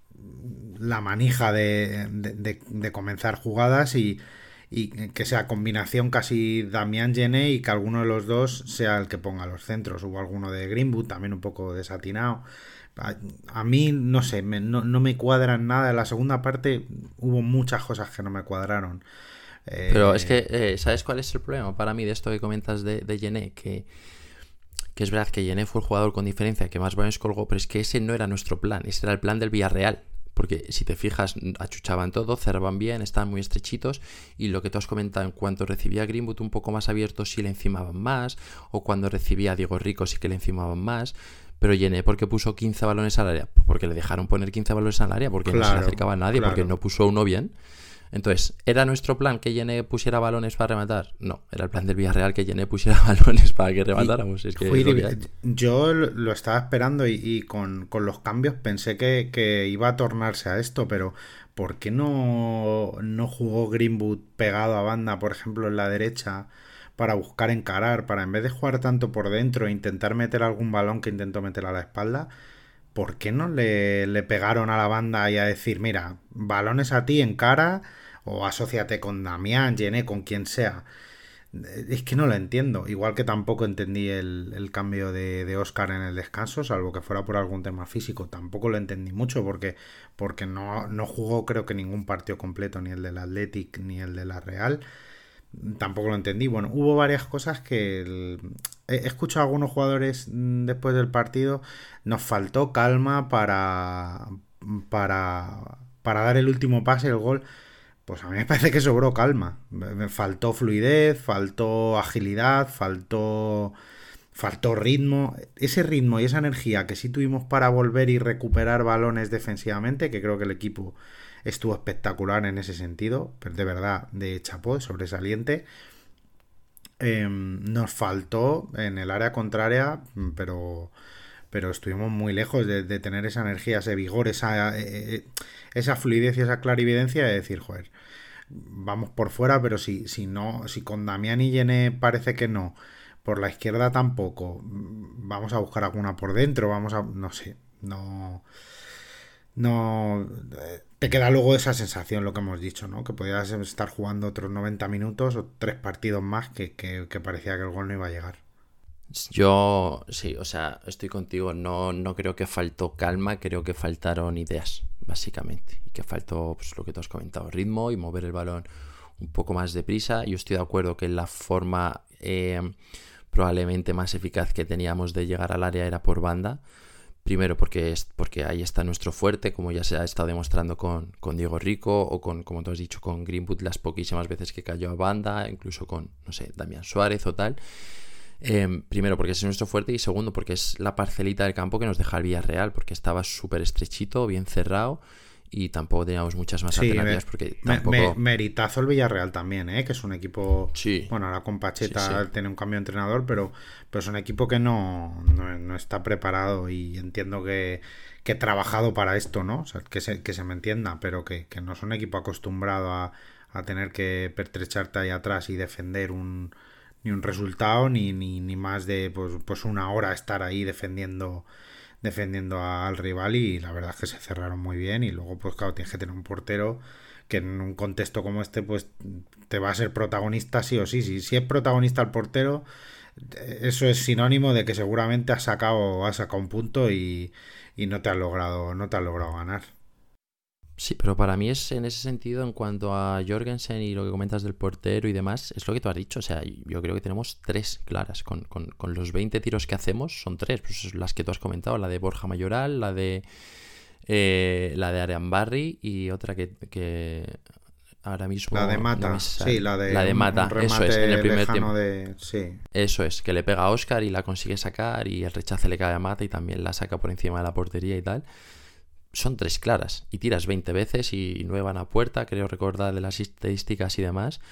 la manija de comenzar jugadas y que sea combinación casi Damián Yené y que alguno de los dos sea el que ponga los centros. Hubo alguno de Greenwood también un poco desatinado. A mí no sé, no me cuadran nada. En la segunda parte hubo muchas cosas que no me cuadraron. Pero es que ¿sabes cuál es el problema para mí de esto que comentas de Yené? Que es verdad que Yené fue el jugador con diferencia que más balones colgó, pero es que ese no era nuestro plan, ese era el plan del Villarreal. Porque si te fijas, achuchaban todo, cerraban bien, estaban muy estrechitos, y lo que tú has comentado, en cuanto recibía a Greenwood un poco más abierto, sí le encimaban más, o cuando recibía a Diego Rico sí que le encimaban más. Pero Yené, ¿por qué puso 15 balones al área? Porque le dejaron poner 15 balones al área, porque no se le acercaba a nadie, porque no puso uno bien. Entonces, ¿era nuestro plan que Yene pusiera balones para rematar? No, era el plan del Villarreal que Yene pusiera balones para que rematáramos. Es que es lo que hay. Yo lo estaba esperando y con los cambios pensé que iba a tornarse a esto, pero ¿por qué no jugó Greenwood pegado a banda, por ejemplo, en la derecha, para buscar encarar, para en vez de jugar tanto por dentro e intentar meter algún balón que intentó meter a la espalda? ¿Por qué no le pegaron a la banda y a decir, mira, balones a ti en cara o asóciate con Damián, Gené, con quien sea? Es que no lo entiendo. Igual que tampoco entendí el cambio de Óscar en el descanso, salvo que fuera por algún tema físico. Tampoco lo entendí mucho porque no jugó creo que ningún partido completo, ni el del Athletic ni el de la Real. Tampoco lo entendí. Bueno, hubo varias cosas que he escuchado a algunos jugadores después del partido. Nos faltó calma para dar el último pase, el gol. Pues a mí me parece que sobró calma. Me faltó fluidez, faltó agilidad, faltó ritmo. Ese ritmo y esa energía que sí tuvimos para volver y recuperar balones defensivamente, que creo que el equipo estuvo espectacular en ese sentido, pero de verdad, de chapó, sobresaliente. Nos faltó en el área contraria, pero estuvimos muy lejos de tener esa energía, ese vigor, esa fluidez y esa clarividencia de decir, joder, vamos por fuera, pero si con Damián y Yene parece que no, por la izquierda tampoco, vamos a buscar alguna por dentro, no sé, no te queda luego esa sensación, lo que hemos dicho, ¿no? Que podías estar jugando otros 90 minutos o 3 partidos más que parecía que el gol no iba a llegar. Yo sí, o sea, estoy contigo, no creo que faltó calma, creo que faltaron ideas, básicamente, y que faltó, pues, lo que tú has comentado, ritmo y mover el balón un poco más deprisa. Yo estoy de acuerdo que la forma probablemente más eficaz que teníamos de llegar al área era por banda. Primero porque ahí está nuestro fuerte, como ya se ha estado demostrando con Diego Rico o como tú has dicho, con Greenwood las poquísimas veces que cayó a banda, incluso con, no sé, Damián Suárez o tal. Primero porque es nuestro fuerte y segundo porque es la parcelita del campo que nos deja el Villarreal, porque estaba súper estrechito, bien cerrado y tampoco teníamos muchas más alternativas porque tampoco... meritazo el Villarreal también, que es un equipo... Sí. Bueno, ahora con Pacheta tiene un cambio de entrenador, pero es un equipo que no está preparado y entiendo que trabajado para esto, ¿no? O sea, que se me entienda, pero que no es un equipo acostumbrado a tener que pertrecharte ahí atrás y defender ni un resultado ni más de pues una hora estar ahí defendiendo al rival, y la verdad es que se cerraron muy bien. Y luego pues claro, tienes que tener un portero que en un contexto como este pues te va a ser protagonista sí o sí. Si es protagonista el portero, eso es sinónimo de que seguramente has sacado un punto y no te has logrado ganar. Sí, pero para mí es en ese sentido, en cuanto a Jorgensen y lo que comentas del portero y demás, es lo que tú has dicho. O sea, yo creo que tenemos 3 claras. Con los 20 tiros que hacemos, son 3. Pues las que tú has comentado, la de Borja Mayoral, la de Arambarri y otra que ahora mismo... La de Mata, la de Mata, eso es, en el primer tiempo. Sí. Eso es, que le pega a Óscar y la consigue sacar y el rechace le cae a Mata y también la saca por encima de la portería y tal. Son 3 claras y tiras 20 veces y 9 van a puerta, creo recordar de las estadísticas y demás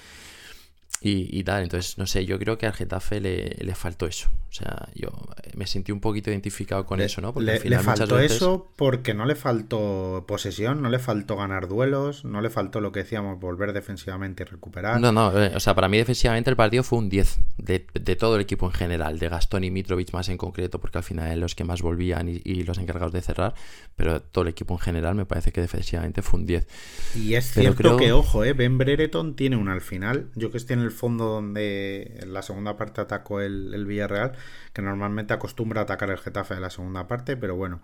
y tal. Entonces, no sé, yo creo que al Getafe le faltó eso. O sea, yo me sentí un poquito identificado con eso, ¿no? Porque al final le faltó muchas veces... eso porque no le faltó posesión, no le faltó ganar duelos, no le faltó lo que decíamos, volver defensivamente y recuperar. No, o sea, para mí defensivamente el partido fue un 10 de todo el equipo en general, de Gastón y Mitrovic más en concreto, porque al final eran los que más volvían y los encargados de cerrar, pero todo el equipo en general me parece que defensivamente fue un 10. Y es cierto que, ojo, Ben Brereton tiene una al final. Yo que estoy en el fondo donde en la segunda parte atacó el Villarreal, que normalmente acostumbra a atacar el Getafe de la segunda parte, pero bueno,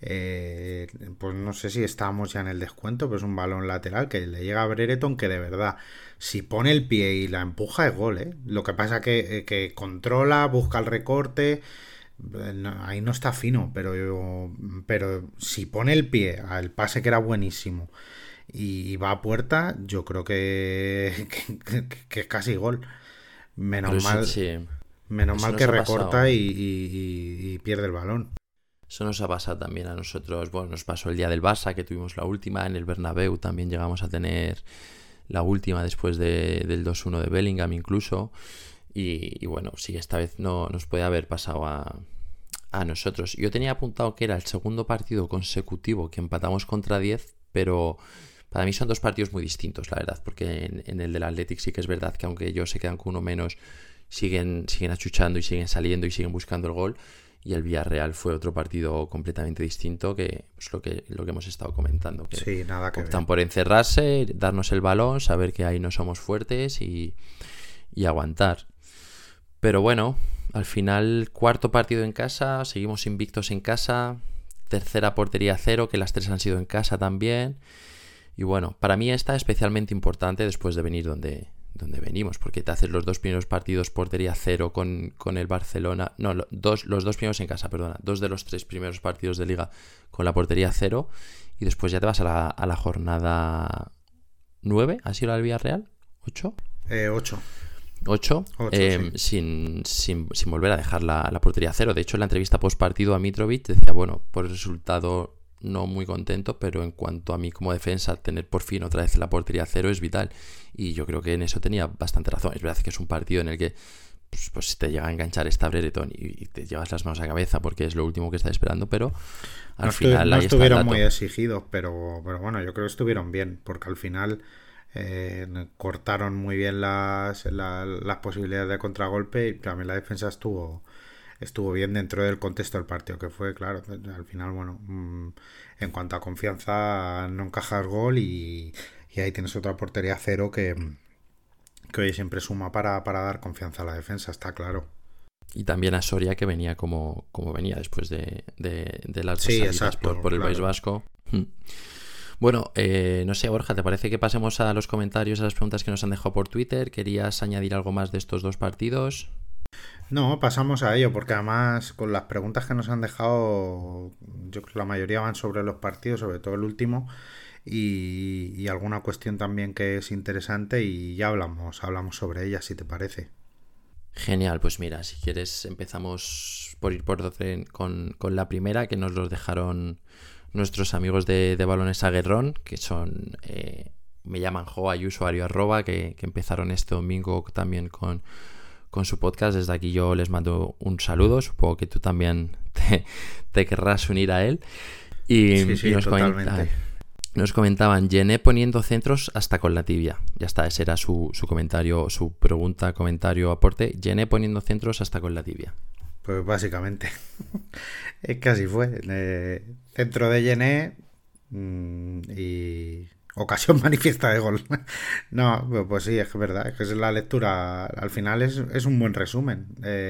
pues no sé si estábamos ya en el descuento, pero es un balón lateral que le llega a Brereton, que de verdad, si pone el pie y la empuja es gol, Lo que pasa que controla, busca el recorte, ahí no está fino, pero si pone el pie al pase que era buenísimo y va a puerta, yo creo que es casi gol. Menos mal que recorta y pierde el balón. Eso nos ha pasado también a nosotros. Bueno, nos pasó el día del Barça, que tuvimos la última. En el Bernabéu también llegamos a tener la última después del 2-1 de Bellingham incluso. Y bueno, sí, esta vez no nos puede haber pasado a nosotros. Yo tenía apuntado que era el segundo partido consecutivo que empatamos contra 10, pero para mí son dos partidos muy distintos, la verdad, porque en el del Athletic sí que es verdad que aunque ellos se quedan con uno menos, siguen achuchando y siguen saliendo y siguen buscando el gol. Y el Villarreal fue otro partido completamente distinto, que pues lo que hemos estado comentando, que sí, nada que optan ver. por encerrarse, darnos el balón, saber que ahí no somos fuertes y aguantar. Pero bueno, al final, cuarto partido en casa, seguimos invictos en casa, tercera portería 0, que las 3 han sido en casa también. Y bueno, para mí esta es especialmente importante después de venir donde venimos, porque te haces los 2 primeros partidos portería 0 con el Barcelona, no, los dos primeros en casa, perdona, 2 de los 3 primeros partidos de Liga con la portería 0, y después ya te vas a la jornada 9, ¿ha sido la del Villarreal? ¿8? 8. 8, sí. sin volver a dejar la portería 0. De hecho, en la entrevista post partido a Mitrovic decía, bueno, por el resultado no muy contento, pero en cuanto a mí como defensa, tener por fin otra vez la portería 0 es vital. Y yo creo que en eso tenía bastante razón. Es verdad que es un partido en el que pues te llega a enganchar esta Brereton y te llevas las manos a la cabeza porque es lo último que estás esperando, pero al final no ahí estuvieron está muy exigidos, pero bueno, yo creo que estuvieron bien, porque al final cortaron muy bien las posibilidades de contragolpe, y también la defensa estuvo bien dentro del contexto del partido que fue, claro. Al final, bueno, en cuanto a confianza, no encajas gol y ahí tienes otra portería 0 que hoy siempre suma para dar confianza a la defensa, está claro. Y también a Soria, que venía como venía después de las dos salidas por el claro. País Vasco. Bueno, no sé, Borja, ¿te parece que pasemos a los comentarios, a las preguntas que nos han dejado por Twitter? ¿Querías añadir algo más de estos dos partidos? No, pasamos a ello, porque además con las preguntas que nos han dejado, yo creo que la mayoría van sobre los partidos, sobre todo el último, y alguna cuestión también que es interesante, y ya hablamos sobre ella, si te parece. Genial, pues mira, si quieres empezamos por ir por orden con la primera, que nos los dejaron nuestros amigos de Balones Aguerrón, que son, me llaman Joa y usuario @ que empezaron este domingo también con su podcast. Desde aquí yo les mando un saludo, supongo que tú también te querrás unir a él. Y sí, nos comentaban, Yené poniendo centros hasta con la tibia. Ya está, ese era su comentario, su pregunta, comentario, aporte. Yené poniendo centros hasta con la tibia. Pues básicamente, es que así fue. Centro de Yené y ocasión manifiesta de gol. No, pues sí, es que es verdad, es que es la lectura. Al final es un buen resumen.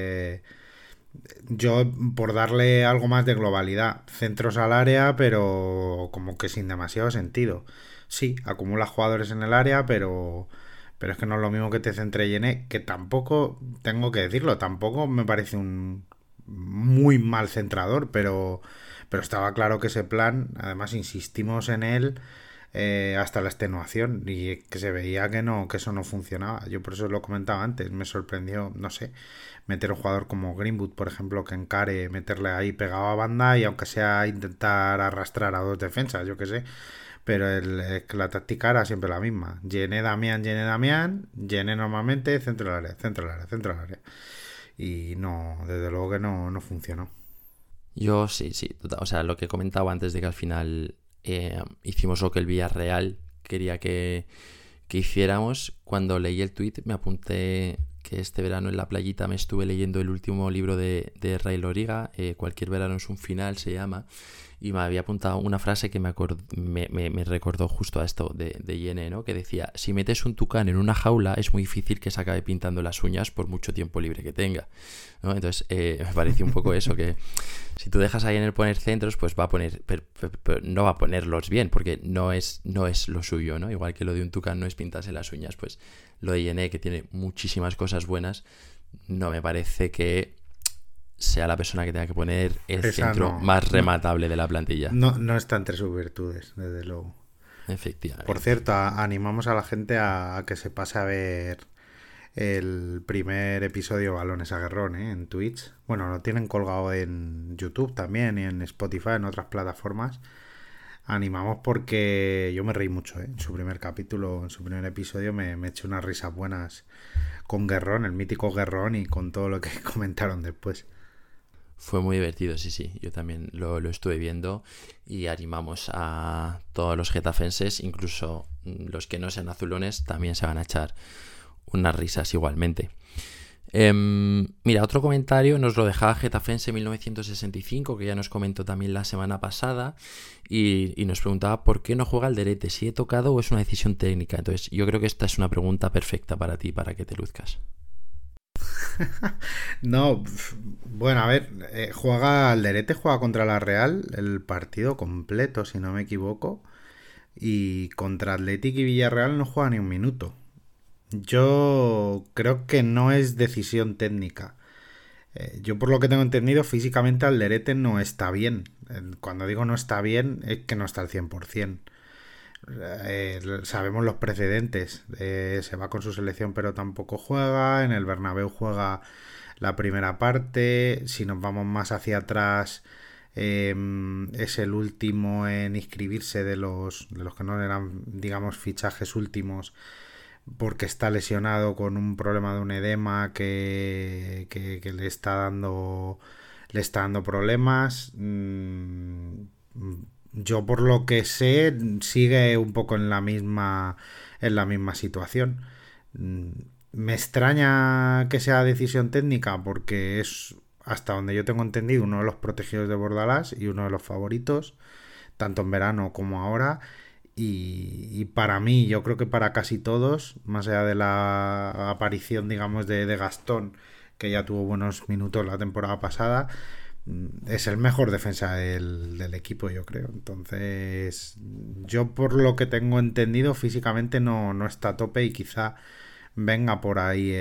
Yo, por darle algo más de globalidad, centros al área, pero como que sin demasiado sentido. Sí, acumula jugadores en el área, pero es que no es lo mismo que te centre Yené, que tampoco, tengo que decirlo, tampoco me parece un muy mal centrador, pero estaba claro que ese plan, además insistimos en él hasta la extenuación, y que se veía que eso no funcionaba. Yo por eso lo comentaba antes, me sorprendió, no sé, meter un jugador como Greenwood, por ejemplo, que encare, meterle ahí pegado a banda y aunque sea intentar arrastrar a dos defensas, yo que sé. Pero la táctica era siempre la misma. Llené Damián, llené normalmente, centro del área. Y no, desde luego que no funcionó. Yo sí, o sea, lo que comentaba antes de que al final hicimos lo que el Villarreal quería que hiciéramos. Cuando leí el tuit me apunté que este verano en la playita me estuve leyendo el último libro de Ray Loriga, Cualquier verano es un final se llama, y me había apuntado una frase que me recordó justo a esto de Yené, ¿no? Que decía, si metes un tucán en una jaula es muy difícil que se acabe pintando las uñas por mucho tiempo libre que tenga, ¿no? Entonces me pareció un poco eso, que si tú dejas a Yené poner centros, pues va a poner, pero no va a ponerlos bien, porque no es lo suyo, ¿no? Igual que lo de un tucán no es pintarse las uñas, pues lo de Yené, que tiene muchísimas cosas buenas, no me parece que sea la persona que tenga que poner el centro más rematable de la plantilla. No está entre sus virtudes, desde luego. Efectivamente. Por cierto, animamos a la gente a que se pase a ver el primer episodio Balones Aguerrón en Twitch. Bueno, lo tienen colgado en YouTube también y en Spotify, en otras plataformas. animamos porque yo me reí mucho, ¿eh? En su primer capítulo, en su primer episodio me eché unas risas buenas con Guerrón, el mítico Guerrón, y con todo lo que comentaron después. Fue muy divertido, sí. Yo también lo estuve viendo y animamos a todos los getafenses, incluso los que no sean azulones, también se van a echar unas risas igualmente. Mira, otro comentario nos lo dejaba Getafense 1965, que ya nos comentó también la semana pasada, y nos preguntaba por qué no juega Alderete, si he tocado o es una decisión técnica. Entonces yo creo que esta es una pregunta perfecta para ti, para que te luzcas. No, bueno, a ver, Alderete juega contra la Real el partido completo, si no me equivoco, y contra Athletic y Villarreal no juega ni un minuto. Yo creo que no es decisión técnica. Yo por lo que tengo entendido, físicamente Alderete no está bien. Cuando digo no está bien, es que no está al 100%. Sabemos los precedentes. Se va con su selección pero tampoco juega. En el Bernabéu juega la primera parte. Si nos vamos más hacia atrás, es el último en inscribirse de los que no eran, digamos, fichajes últimos, porque está lesionado con un problema de un edema que le está dando problemas. Yo por lo que sé sigue un poco en la misma situación. Me extraña que sea decisión técnica porque es, hasta donde yo tengo entendido, uno de los protegidos de Bordalás y uno de los favoritos, tanto en verano como ahora. Y para mí, yo creo que para casi todos, más allá de la aparición, digamos, de Gastón, que ya tuvo buenos minutos la temporada pasada, es el mejor defensa del equipo, yo creo. Entonces, yo por lo que tengo entendido, físicamente no está a tope, y quizá venga por ahí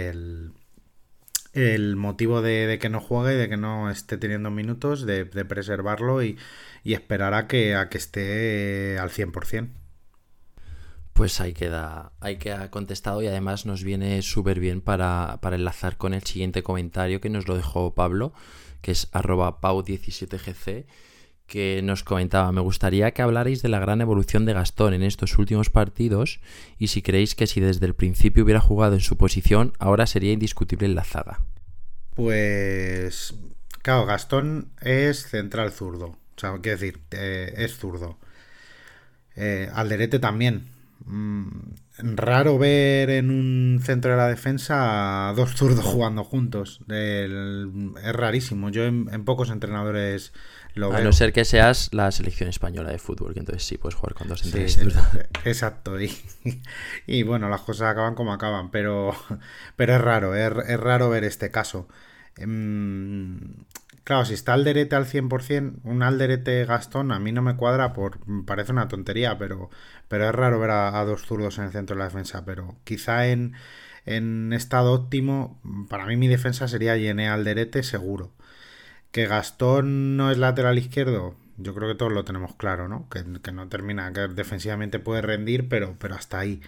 el motivo de que no juegue, de que no esté teniendo minutos, de preservarlo y esperar a que esté al 100%. Pues ahí queda contestado, y además nos viene súper bien para enlazar con el siguiente comentario que nos lo dejó Pablo, que es @pau17gc, que nos comentaba: me gustaría que hablarais de la gran evolución de Gastón en estos últimos partidos, y si creéis que si desde el principio hubiera jugado en su posición, ahora sería indiscutible en la zaga. Pues claro, Gastón es central zurdo, o sea, quiero decir, es zurdo. Alderete también. Raro ver en un centro de la defensa a dos zurdos jugando juntos. Es rarísimo. Yo en pocos entrenadores lo veo. A no ser que seas la selección española de fútbol, que entonces sí puedes jugar con dos centrales zurdos. Exacto. Y bueno, las cosas acaban como acaban, pero es raro. Es raro ver este caso. Claro, si está Alderete al 100%, un Alderete Gastón a mí no me cuadra, parece una tontería, pero es raro ver a dos zurdos en el centro de la defensa. Pero quizá en estado óptimo, para mí mi defensa sería Yené Alderete seguro. Que Gastón no es lateral izquierdo, yo creo que todos lo tenemos claro, ¿no? Que no termina, que defensivamente puede rendir, pero hasta ahí.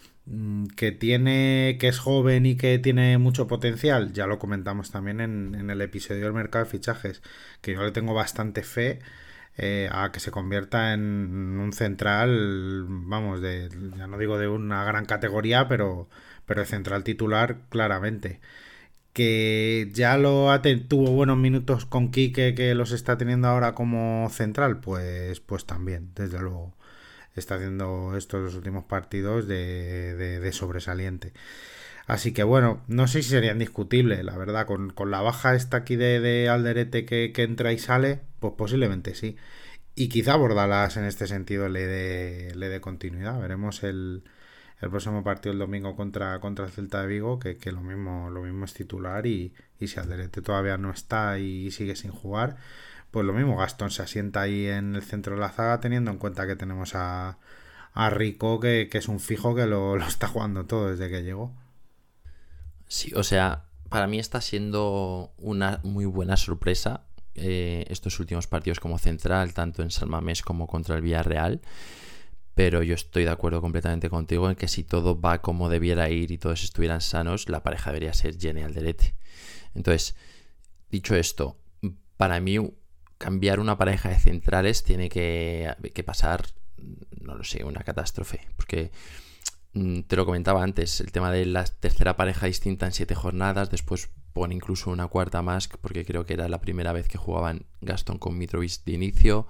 Que es joven y que tiene mucho potencial, ya lo comentamos también en el episodio del mercado de fichajes, que yo le tengo bastante fe a que se convierta en un central, vamos, ya no digo de una gran categoría, pero de central titular claramente. Que ya tuvo buenos minutos con Quique, que los está teniendo ahora como central, pues también, desde luego está haciendo estos últimos partidos de sobresaliente. Así que bueno, no sé si sería indiscutible, la verdad, con la baja esta aquí de Alderete que entra y sale, pues posiblemente sí. Y quizá Bordalás en este sentido le dé continuidad. Veremos el próximo partido el domingo contra el Celta de Vigo, que lo mismo es titular, y si Alderete todavía no está y sigue sin jugar, pues lo mismo Gastón se asienta ahí en el centro de la zaga, teniendo en cuenta que tenemos a Rico, que es un fijo que lo está jugando todo desde que llegó. Sí, o sea, para mí está siendo una muy buena sorpresa estos últimos partidos como central, tanto en San Mamés como contra el Villarreal. Pero yo estoy de acuerdo completamente contigo en que si todo va como debiera ir y todos estuvieran sanos, la pareja debería ser Yené Alderete. Entonces, dicho esto, para mí cambiar una pareja de centrales tiene que pasar, no lo sé, una catástrofe. Porque te lo comentaba antes, el tema de la tercera pareja distinta en 7 jornadas, después pone incluso una cuarta más, porque creo que era la primera vez que jugaban Gaston con Mitrovic de inicio.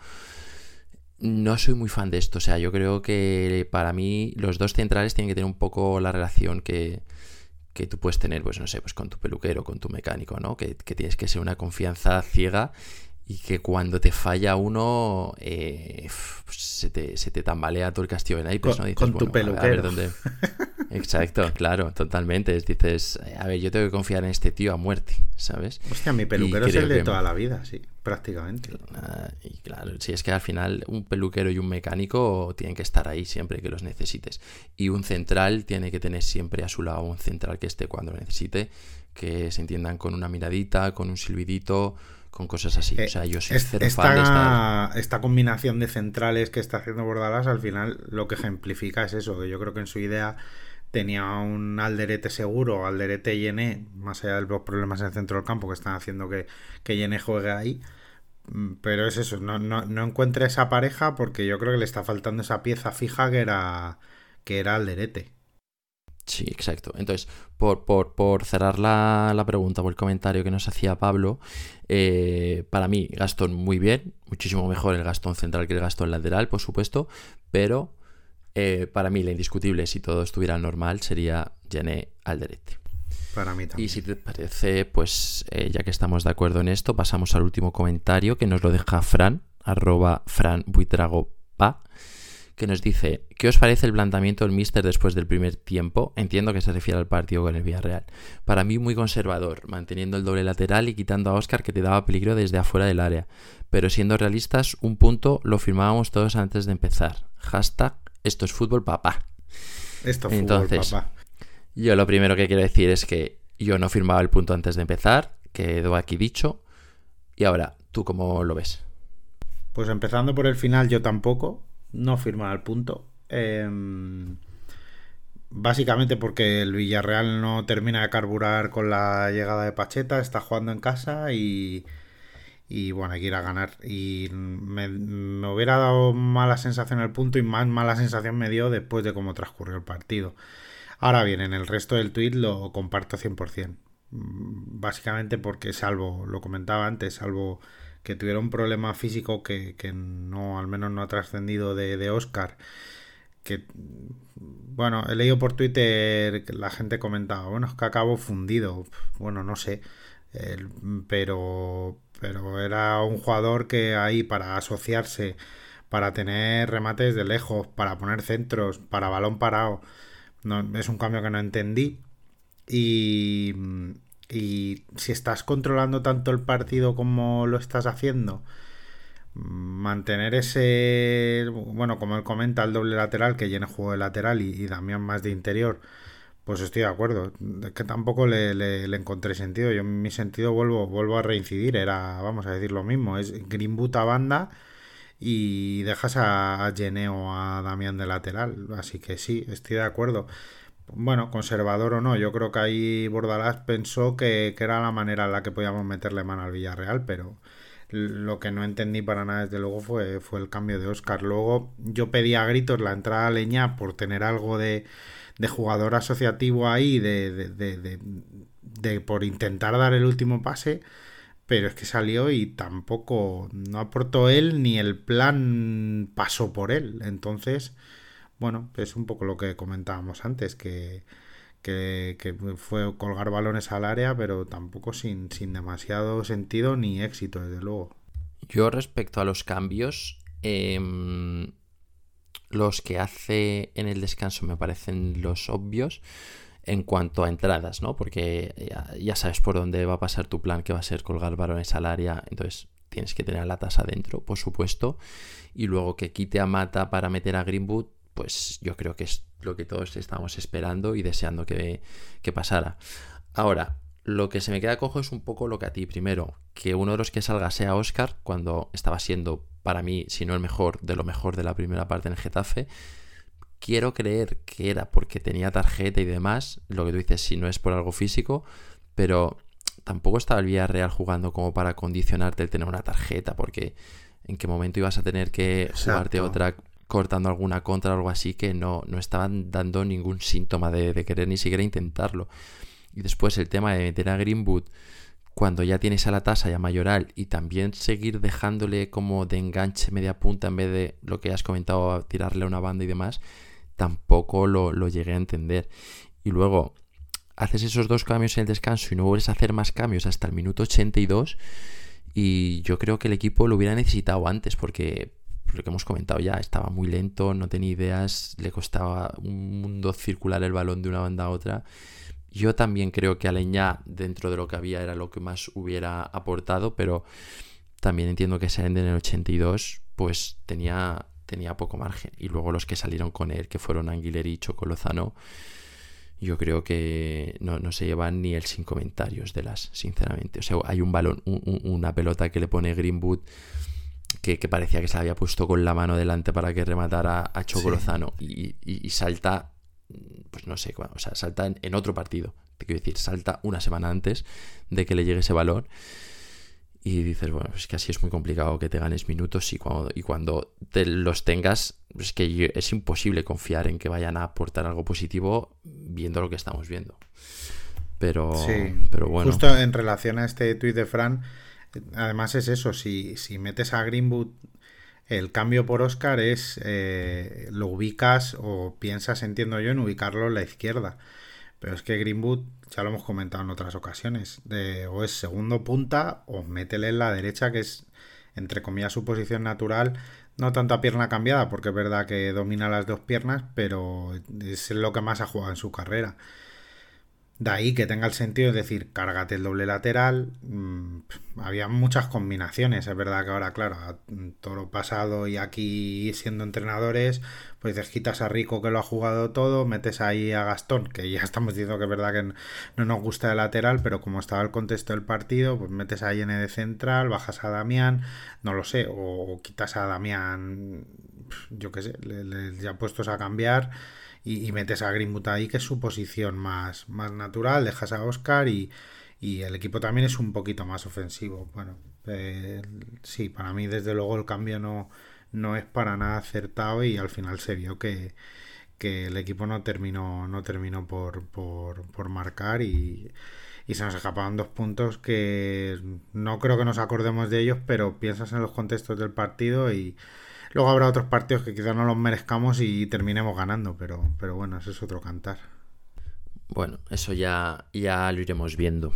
No soy muy fan de esto, o sea, yo creo que para mí los dos centrales tienen que tener un poco la relación que tú puedes tener, pues no sé, pues con tu peluquero, con tu mecánico, ¿no? Que tienes que ser una confianza ciega y que cuando te falla uno se te tambalea todo el castillo de naipes, ¿no? Dices, con tu peluquero. A ver dónde... Exacto, claro, totalmente. Dices, a ver, yo tengo que confiar en este tío a muerte, ¿sabes? Hostia, mi peluquero es el de toda la vida, sí, prácticamente. Y claro, si es que al final un peluquero y un mecánico tienen que estar ahí siempre que los necesites. Y un central tiene que tener siempre a su lado un central que esté cuando lo necesite, que se entiendan con una miradita, con un silbidito, con cosas así. O sea, yo soy cero fan de estar... Esta combinación de centrales que está haciendo Bordalás, al final lo que ejemplifica es eso, que yo creo que en su idea tenía un Alderete seguro, Alderete y Yené, más allá de los problemas en el centro del campo que están haciendo que Yené juegue ahí. Pero es eso, no encuentra esa pareja porque yo creo que le está faltando esa pieza fija que era Alderete. Sí, exacto. Entonces, por cerrar la pregunta o el comentario que nos hacía Pablo, para mí Gastón muy bien, muchísimo mejor el Gastón central que el Gastón lateral, por supuesto, pero para mí la indiscutible, si todo estuviera normal, sería Yené Alderete. Para mí también. Y si te parece, pues ya que estamos de acuerdo en esto, pasamos al último comentario que nos lo deja Fran, @FranBuitragoPa, que nos dice: ¿qué os parece el planteamiento del míster después del primer tiempo? Entiendo que se refiere al partido con el Villarreal. Para mí muy conservador, manteniendo el doble lateral y quitando a Óscar, que te daba peligro desde afuera del área. Pero siendo realistas, un punto lo firmábamos todos antes de empezar. Hashtag esto es fútbol, papá. Esto es fútbol, papá. Yo lo primero que quiero decir es que yo no firmaba el punto antes de empezar, quedó aquí dicho. Y ahora, ¿tú cómo lo ves? Pues empezando por el final, yo tampoco. No firmaba el punto. Básicamente porque el Villarreal no termina de carburar con la llegada de Pacheta, está jugando en casa y bueno, hay que ir a ganar. Y me hubiera dado mala sensación el punto y más mala sensación me dio después de cómo transcurrió el partido. Ahora bien, en el resto del tuit lo comparto 100%. Básicamente porque lo comentaba antes, salvo que tuviera un problema físico que no, al menos no ha trascendido de Óscar, que bueno, he leído por Twitter que la gente comentaba, bueno, es que acabó fundido. Bueno, no sé, pero era un jugador que ahí para asociarse, para tener remates de lejos, para poner centros, para balón parado, no, es un cambio que no entendí. Y si estás controlando tanto el partido como lo estás haciendo, mantener ese, bueno, como él comenta, el doble lateral, que Yené jugó de lateral y Damián más de interior, pues estoy de acuerdo. Es que tampoco le encontré sentido. Yo en mi sentido vuelvo a reincidir, era, vamos a decir lo mismo, es Greenwood a banda y dejas a Yené o a Damián de lateral, así que sí, estoy de acuerdo. Bueno, conservador o no, yo creo que ahí Bordalás pensó que era la manera en la que podíamos meterle mano al Villarreal, pero lo que no entendí para nada desde luego fue el cambio de Óscar. Luego yo pedí a gritos la entrada a Leñá por tener algo de jugador asociativo ahí, por intentar dar el último pase, pero es que salió y tampoco, no aportó él ni el plan pasó por él. Entonces, bueno, es un poco lo que comentábamos antes, que fue colgar balones al área, pero tampoco sin demasiado sentido ni éxito, desde luego. Yo respecto a los cambios, los que hace en el descanso me parecen los obvios en cuanto a entradas, ¿no? Porque ya sabes por dónde va a pasar tu plan, que va a ser colgar balones al área, entonces tienes que tener a Latas adentro, por supuesto, y luego que quite a Mata para meter a Greenwood, pues yo creo que es lo que todos estábamos esperando y deseando que pasara. Ahora, lo que se me queda cojo es un poco lo que a ti. Primero, que uno de los que salga sea Óscar, cuando estaba siendo, para mí, si no el mejor de la primera parte en el Getafe. Quiero creer que era porque tenía tarjeta y demás, lo que tú dices, si no es por algo físico, pero tampoco estaba el Villarreal jugando como para condicionarte el tener una tarjeta, porque en qué momento ibas a tener que jugarte otra cortando alguna contra o algo así, que no estaban dando ningún síntoma de querer ni siquiera intentarlo. Y después el tema de meter a Greenwood cuando ya tienes a la tasa y a Mayoral, y también seguir dejándole como de enganche media punta en vez de lo que has comentado, tirarle a una banda y demás, tampoco lo llegué a entender. Y luego haces esos 2 cambios en el descanso y no vuelves a hacer más cambios hasta el minuto 82, y yo creo que el equipo lo hubiera necesitado antes, porque lo que hemos comentado ya, estaba muy lento, no tenía ideas, le costaba un mundo circular el balón de una banda a otra. Yo también creo que Aleñá, dentro de lo que había, era lo que más hubiera aportado, pero también entiendo que Sarandon en el 82 pues tenía poco margen. Y luego los que salieron con él, que fueron Anguileri y Choco Lozano, yo creo que no se llevan ni el sin comentarios de las, sinceramente. O sea, hay un balón, una pelota que le pone Greenwood que parecía que se la había puesto con la mano delante para que rematara a Choco Lozano, y salta, pues no sé, o sea, salta en otro partido, te quiero decir, salta una semana antes de que le llegue ese balón, y dices, bueno, es que así es muy complicado que te ganes minutos, y cuando te los tengas, es que es imposible confiar en que vayan a aportar algo positivo viendo lo que estamos viendo. Pero bueno. Justo en relación a este tuit de Fran, además es eso, si metes a Greenwood, el cambio por Óscar es, lo ubicas o piensas, entiendo yo, en ubicarlo en la izquierda. Pero es que Greenwood, ya lo hemos comentado en otras ocasiones, o es segundo punta o métele en la derecha, que es, entre comillas, su posición natural. No tanto a pierna cambiada, porque es verdad que domina las 2 piernas, pero es lo que más ha jugado en su carrera. De ahí que tenga el sentido, es decir, cárgate el doble lateral. Había muchas combinaciones. Es verdad que ahora, claro, a Toro pasado y aquí siendo entrenadores, pues dices, quitas a Rico, que lo ha jugado todo, metes ahí a Gastón, que ya estamos diciendo que es verdad que no nos gusta el lateral, pero como estaba el contexto del partido, pues metes a N de central, bajas a Damián, no lo sé, o quitas a Damián, yo qué sé, ya puestos a cambiar. Y metes a Greenwood ahí, que es su posición más natural, dejas a Óscar y el equipo también es un poquito más ofensivo. Bueno, sí, para mí desde luego el cambio no es para nada acertado, y al final se vio que el equipo no terminó por marcar, y se nos escapaban 2 puntos que no creo que nos acordemos de ellos, pero piensas en los contextos del partido y luego habrá otros partidos que quizás no los merezcamos y terminemos ganando, pero bueno, ese es otro cantar. Bueno, eso ya lo iremos viendo.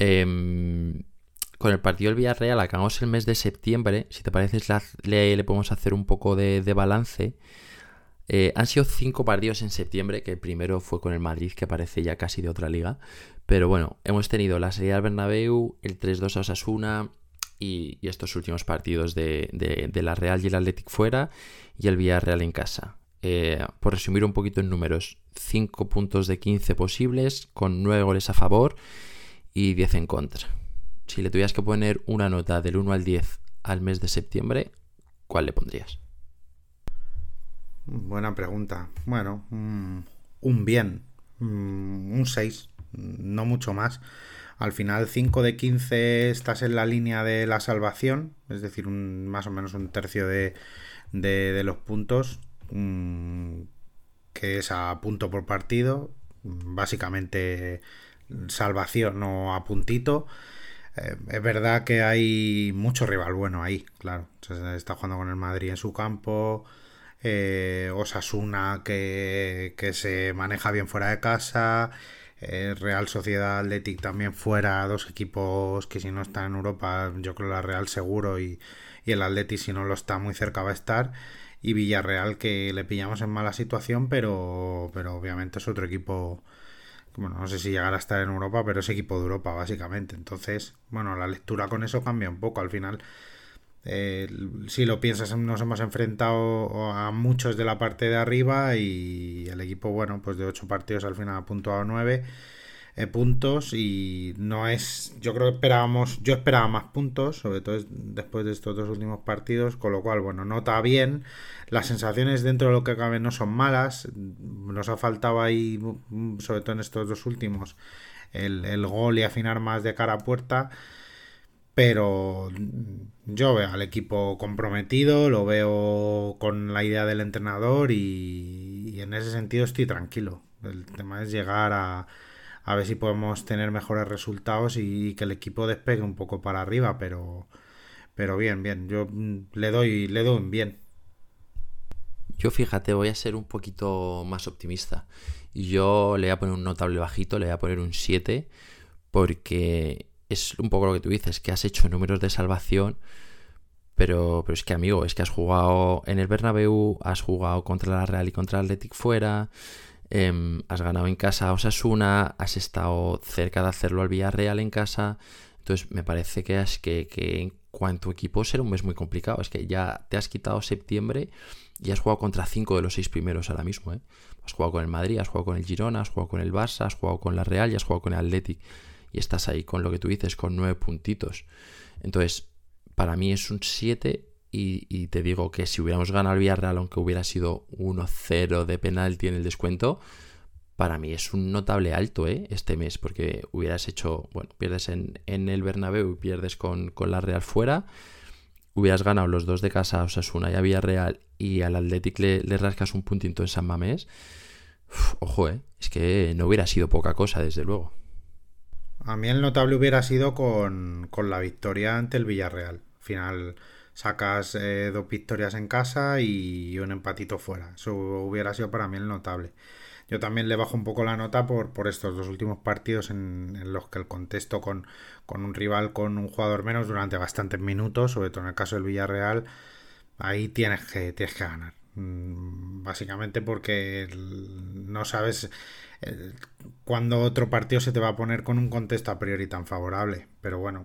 Con el partido del Villarreal acabamos el mes de septiembre. Si te parece, le podemos hacer un poco de balance. Han sido 5 partidos en septiembre, que el primero fue con el Madrid, que parece ya casi de otra liga. Pero bueno, hemos tenido la salida al Bernabéu, el 3-2 a Osasuna, y estos últimos partidos de la Real y el Athletic fuera, y el Villarreal en casa. Por resumir un poquito en números, 5 puntos de 15 posibles, con 9 goles a favor y 10 en contra. Si le tuvieras que poner una nota del 1 al 10 al mes de septiembre, ¿cuál le pondrías? Buena pregunta. Bueno, un bien, un 6, no mucho más. Al final 5 de 15 estás en la línea de la salvación, es decir, más o menos un tercio de los puntos, que es a punto por partido, básicamente salvación o a puntito. Es verdad que hay mucho rival bueno ahí, claro. Se está jugando con el Madrid en su campo, Osasuna que se maneja bien fuera de casa, Real Sociedad, Athletic también fuera, 2 equipos que si no están en Europa, yo creo la Real seguro, y el Athletic si no lo está muy cerca va a estar, y Villarreal que le pillamos en mala situación, pero obviamente es otro equipo, bueno, no sé si llegará a estar en Europa, pero es equipo de Europa básicamente. Entonces, bueno, la lectura con eso cambia un poco. Al final, si lo piensas, nos hemos enfrentado a muchos de la parte de arriba, y el equipo, bueno, pues de 8 partidos al final ha puntuado 9 puntos, y no es, yo esperaba más puntos, sobre todo después de estos 2 últimos partidos, con lo cual, bueno, nota bien. Las sensaciones dentro de lo que cabe no son malas, nos ha faltado ahí, sobre todo en estos 2 últimos, el gol y afinar más de cara a puerta. Pero yo veo al equipo comprometido, lo veo con la idea del entrenador y en ese sentido estoy tranquilo. El tema es llegar a ver si podemos tener mejores resultados y que el equipo despegue un poco para arriba, pero bien, bien. Yo le doy un bien. Yo fíjate, voy a ser un poquito más optimista. Y yo le voy a poner un notable bajito, le voy a poner un 7, porque es un poco lo que tú dices, que has hecho números de salvación, pero es que, amigo, es que has jugado en el Bernabéu, has jugado contra la Real y contra el Athletic fuera, has ganado en casa a Osasuna, has estado cerca de hacerlo al Villarreal en casa. Entonces me parece que en cuanto a equipo será un mes muy complicado. Es que ya te has quitado septiembre y has jugado contra 5 de los 6 primeros ahora mismo, ¿eh? Has jugado con el Madrid, has jugado con el Girona, has jugado con el Barça, has jugado con la Real y has jugado con el Athletic. Y estás ahí con lo que tú dices, con 9 puntitos. Entonces, para mí es un 7 y te digo que si hubiéramos ganado el Villarreal, aunque hubiera sido 1-0 de penalti en el descuento, para mí es un notable alto, este mes, porque hubieras hecho, bueno, pierdes en el Bernabéu y pierdes con la Real fuera, hubieras ganado los dos de casa, Osasuna y a Villarreal, y al Athletic le rascas un puntito en San Mamés. Ojo, es que no hubiera sido poca cosa, desde luego. A mí el notable hubiera sido con la victoria ante el Villarreal. Al final sacas 2 victorias en casa y un empatito fuera. Eso hubiera sido para mí el notable. Yo también le bajo un poco la nota por estos 2 últimos partidos en los que el contexto con un rival con un jugador menos durante bastantes minutos, sobre todo en el caso del Villarreal, ahí tienes que ganar. Básicamente porque no sabes cuándo otro partido se te va a poner con un contexto a priori tan favorable. Pero bueno,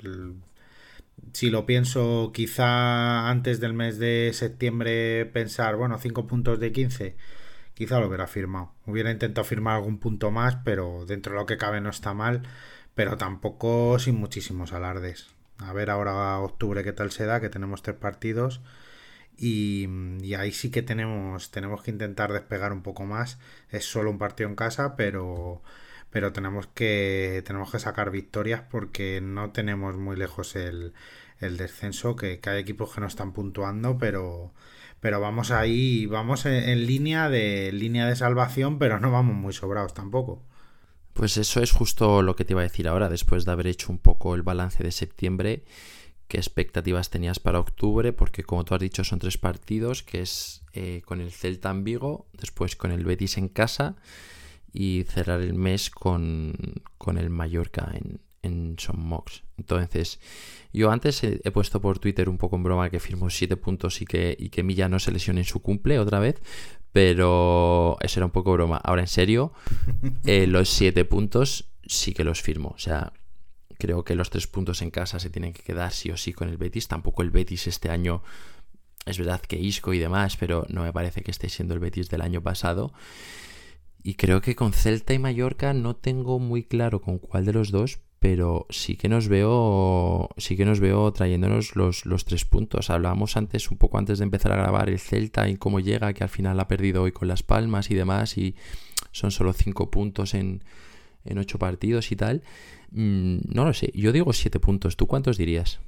si lo pienso, quizá antes del mes de septiembre pensar, bueno, 5 puntos de 15, quizá lo hubiera firmado. Hubiera intentado firmar algún punto más, pero dentro de lo que cabe no está mal, pero tampoco sin muchísimos alardes. A ver ahora octubre qué tal se da, que tenemos 3 partidos y ahí sí que tenemos que intentar despegar un poco más. Es solo un partido en casa, pero tenemos que sacar victorias porque no tenemos muy lejos el descenso, que hay equipos que no están puntuando, pero vamos ahí, vamos en línea de salvación, pero no vamos muy sobrados tampoco. Pues eso es justo lo que te iba a decir ahora, después de haber hecho un poco el balance de septiembre. ¿Qué expectativas tenías para octubre? Porque como tú has dicho son 3 partidos, que es con el Celta en Vigo, después con el Betis en casa y cerrar el mes con el Mallorca en Son Mox. Entonces, yo antes he puesto por Twitter un poco en broma que firmó 7 puntos y que Milla no se lesione en su cumple otra vez, pero eso era un poco broma. Ahora en serio, los 7 puntos sí que los firmo. O sea, creo que los 3 puntos en casa se tienen que quedar sí o sí con el Betis. Tampoco el Betis este año, es verdad que Isco y demás, pero no me parece que esté siendo el Betis del año pasado. Y creo que con Celta y Mallorca no tengo muy claro con cuál de los dos, pero sí que nos veo trayéndonos los 3 puntos. Hablábamos antes, un poco antes de empezar a grabar, el Celta y cómo llega, que al final ha perdido hoy con Las Palmas y demás, y son solo 5 puntos en 8 partidos y tal. No lo sé, yo digo 7 puntos. ¿Tú cuántos dirías?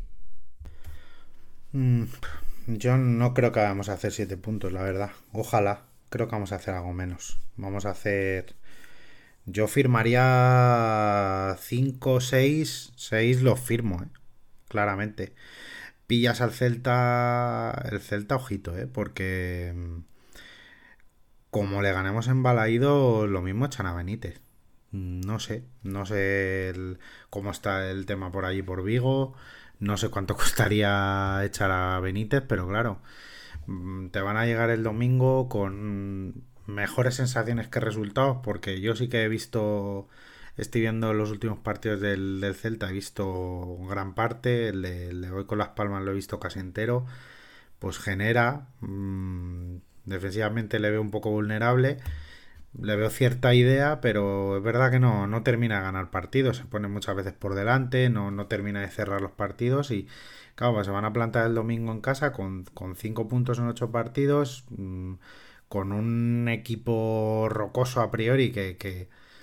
Yo no creo que vamos a hacer 7 puntos, la verdad. Ojalá. Creo que vamos a hacer algo menos. Vamos a hacer... Yo firmaría 5, 6. 6 los firmo, claramente. Pillas al Celta... El Celta, ojito, porque... Como le ganemos en Balaído, lo mismo echan a Benítez. No sé cómo está el tema por allí por Vigo. No sé cuánto costaría echar a Benítez, pero claro, te van a llegar el domingo con mejores sensaciones que resultados, porque yo sí que estoy viendo los últimos partidos del Celta, he visto gran parte, le voy con Las Palmas, lo he visto casi entero, pues genera, defensivamente le veo un poco vulnerable. Le veo cierta idea, pero es verdad que no termina de ganar partidos. Se pone muchas veces por delante, no termina de cerrar los partidos y, claro, pues se van a plantar el domingo en casa con 5 puntos en 8 partidos, con un equipo rocoso a priori que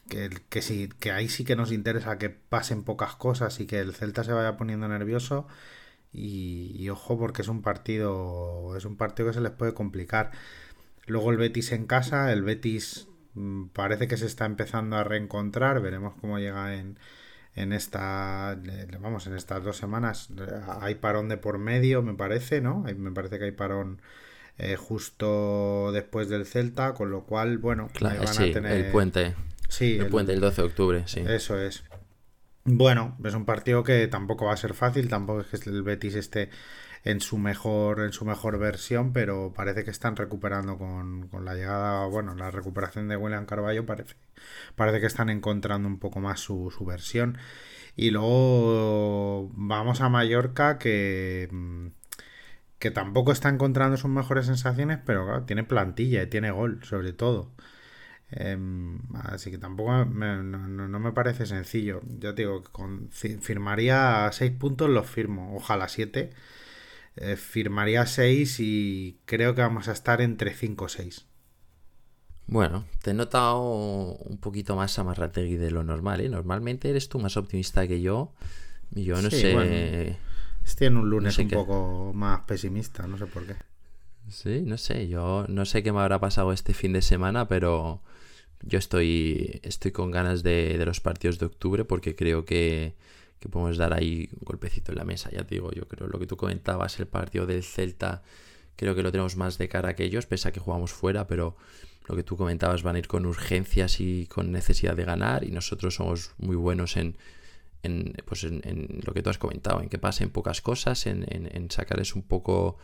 sí, que ahí sí que nos interesa que pasen pocas cosas y que el Celta se vaya poniendo nervioso. Y ojo, porque es un partido que se les puede complicar. Luego el Betis en casa, el Betis parece que se está empezando a reencontrar, veremos cómo llega en estas 2 semanas. Hay parón de por medio, me parece, ¿no? Me parece que hay parón justo después del Celta, con lo cual, bueno, Claro, van sí, a tener... el puente. Sí, El puente del 12 de octubre, sí. eso es. Bueno, es un partido que tampoco va a ser fácil, tampoco es que el Betis esté en su mejor versión, pero parece que están recuperando con la llegada, bueno, la recuperación de William Carvalho, parece que están encontrando un poco más su versión. Y luego vamos a Mallorca, que tampoco está encontrando sus mejores sensaciones, pero claro, tiene plantilla y tiene gol, sobre todo. Así que tampoco no me parece sencillo. Ya te digo, firmaría 6 puntos, los firmo, ojalá 7. Firmaría 6 y creo que vamos a estar entre 5 o 6. Bueno, te he notado un poquito más amarrategui de lo normal, ¿eh? Normalmente eres tú más optimista que yo. Y yo no sé... Bueno, estoy en un lunes no sé un qué. poco más pesimista, no sé por qué. Sí, no sé. Yo no sé qué me habrá pasado este fin de semana, pero yo estoy con ganas de los partidos de octubre porque creo que podemos dar ahí un golpecito en la mesa. Ya te digo, yo creo lo que tú comentabas, el partido del Celta, creo que lo tenemos más de cara que ellos, pese a que jugamos fuera, pero lo que tú comentabas, van a ir con urgencias y con necesidad de ganar, y nosotros somos muy buenos en lo que tú has comentado, en que pasen pocas cosas, en sacarles un poco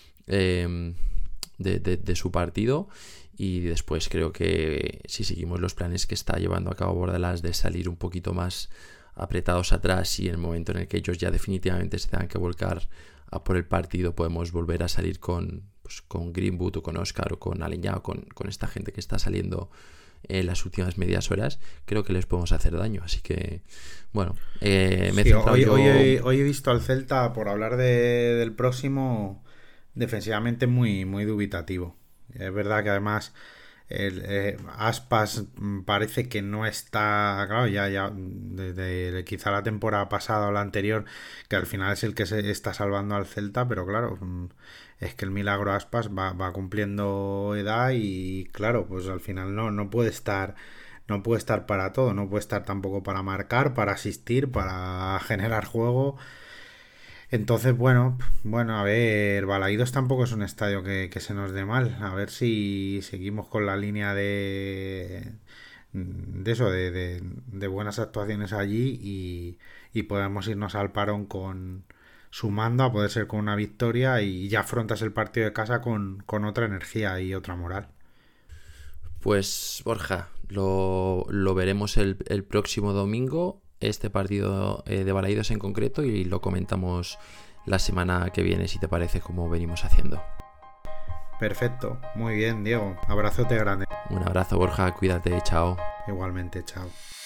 de su partido. Y después creo que si seguimos los planes que está llevando a cabo Bordalás de salir un poquito más apretados atrás, y en el momento en el que ellos ya definitivamente se tengan que volcar a por el partido, podemos volver a salir con Greenwood o con Oscar o con Aleñá o con esta gente que está saliendo en las últimas medias horas, creo que les podemos hacer daño. Así que bueno, me he centrado hoy he visto al Celta, por hablar del próximo, defensivamente muy, muy dubitativo. Es verdad que además Aspas parece que no está, claro, ya desde quizá la temporada pasada o la anterior, que al final es el que se está salvando al Celta, pero claro, es que el milagro Aspas va cumpliendo edad y claro, pues al final no puede estar para todo, no puede estar tampoco para marcar, para asistir, para generar juego. Entonces, bueno, a ver, Balaídos tampoco es un estadio que se nos dé mal. A ver si seguimos con la línea de eso, de buenas actuaciones allí y podemos irnos al parón sumando, a poder ser con una victoria, y ya afrontas el partido de casa con otra energía y otra moral. Pues Borja, lo veremos el próximo domingo, este partido de Balaídos en concreto, y lo comentamos la semana que viene, si te parece, como venimos haciendo. Perfecto, muy bien, Diego. Abrazote grande. Un abrazo, Borja, cuídate, chao. Igualmente, chao.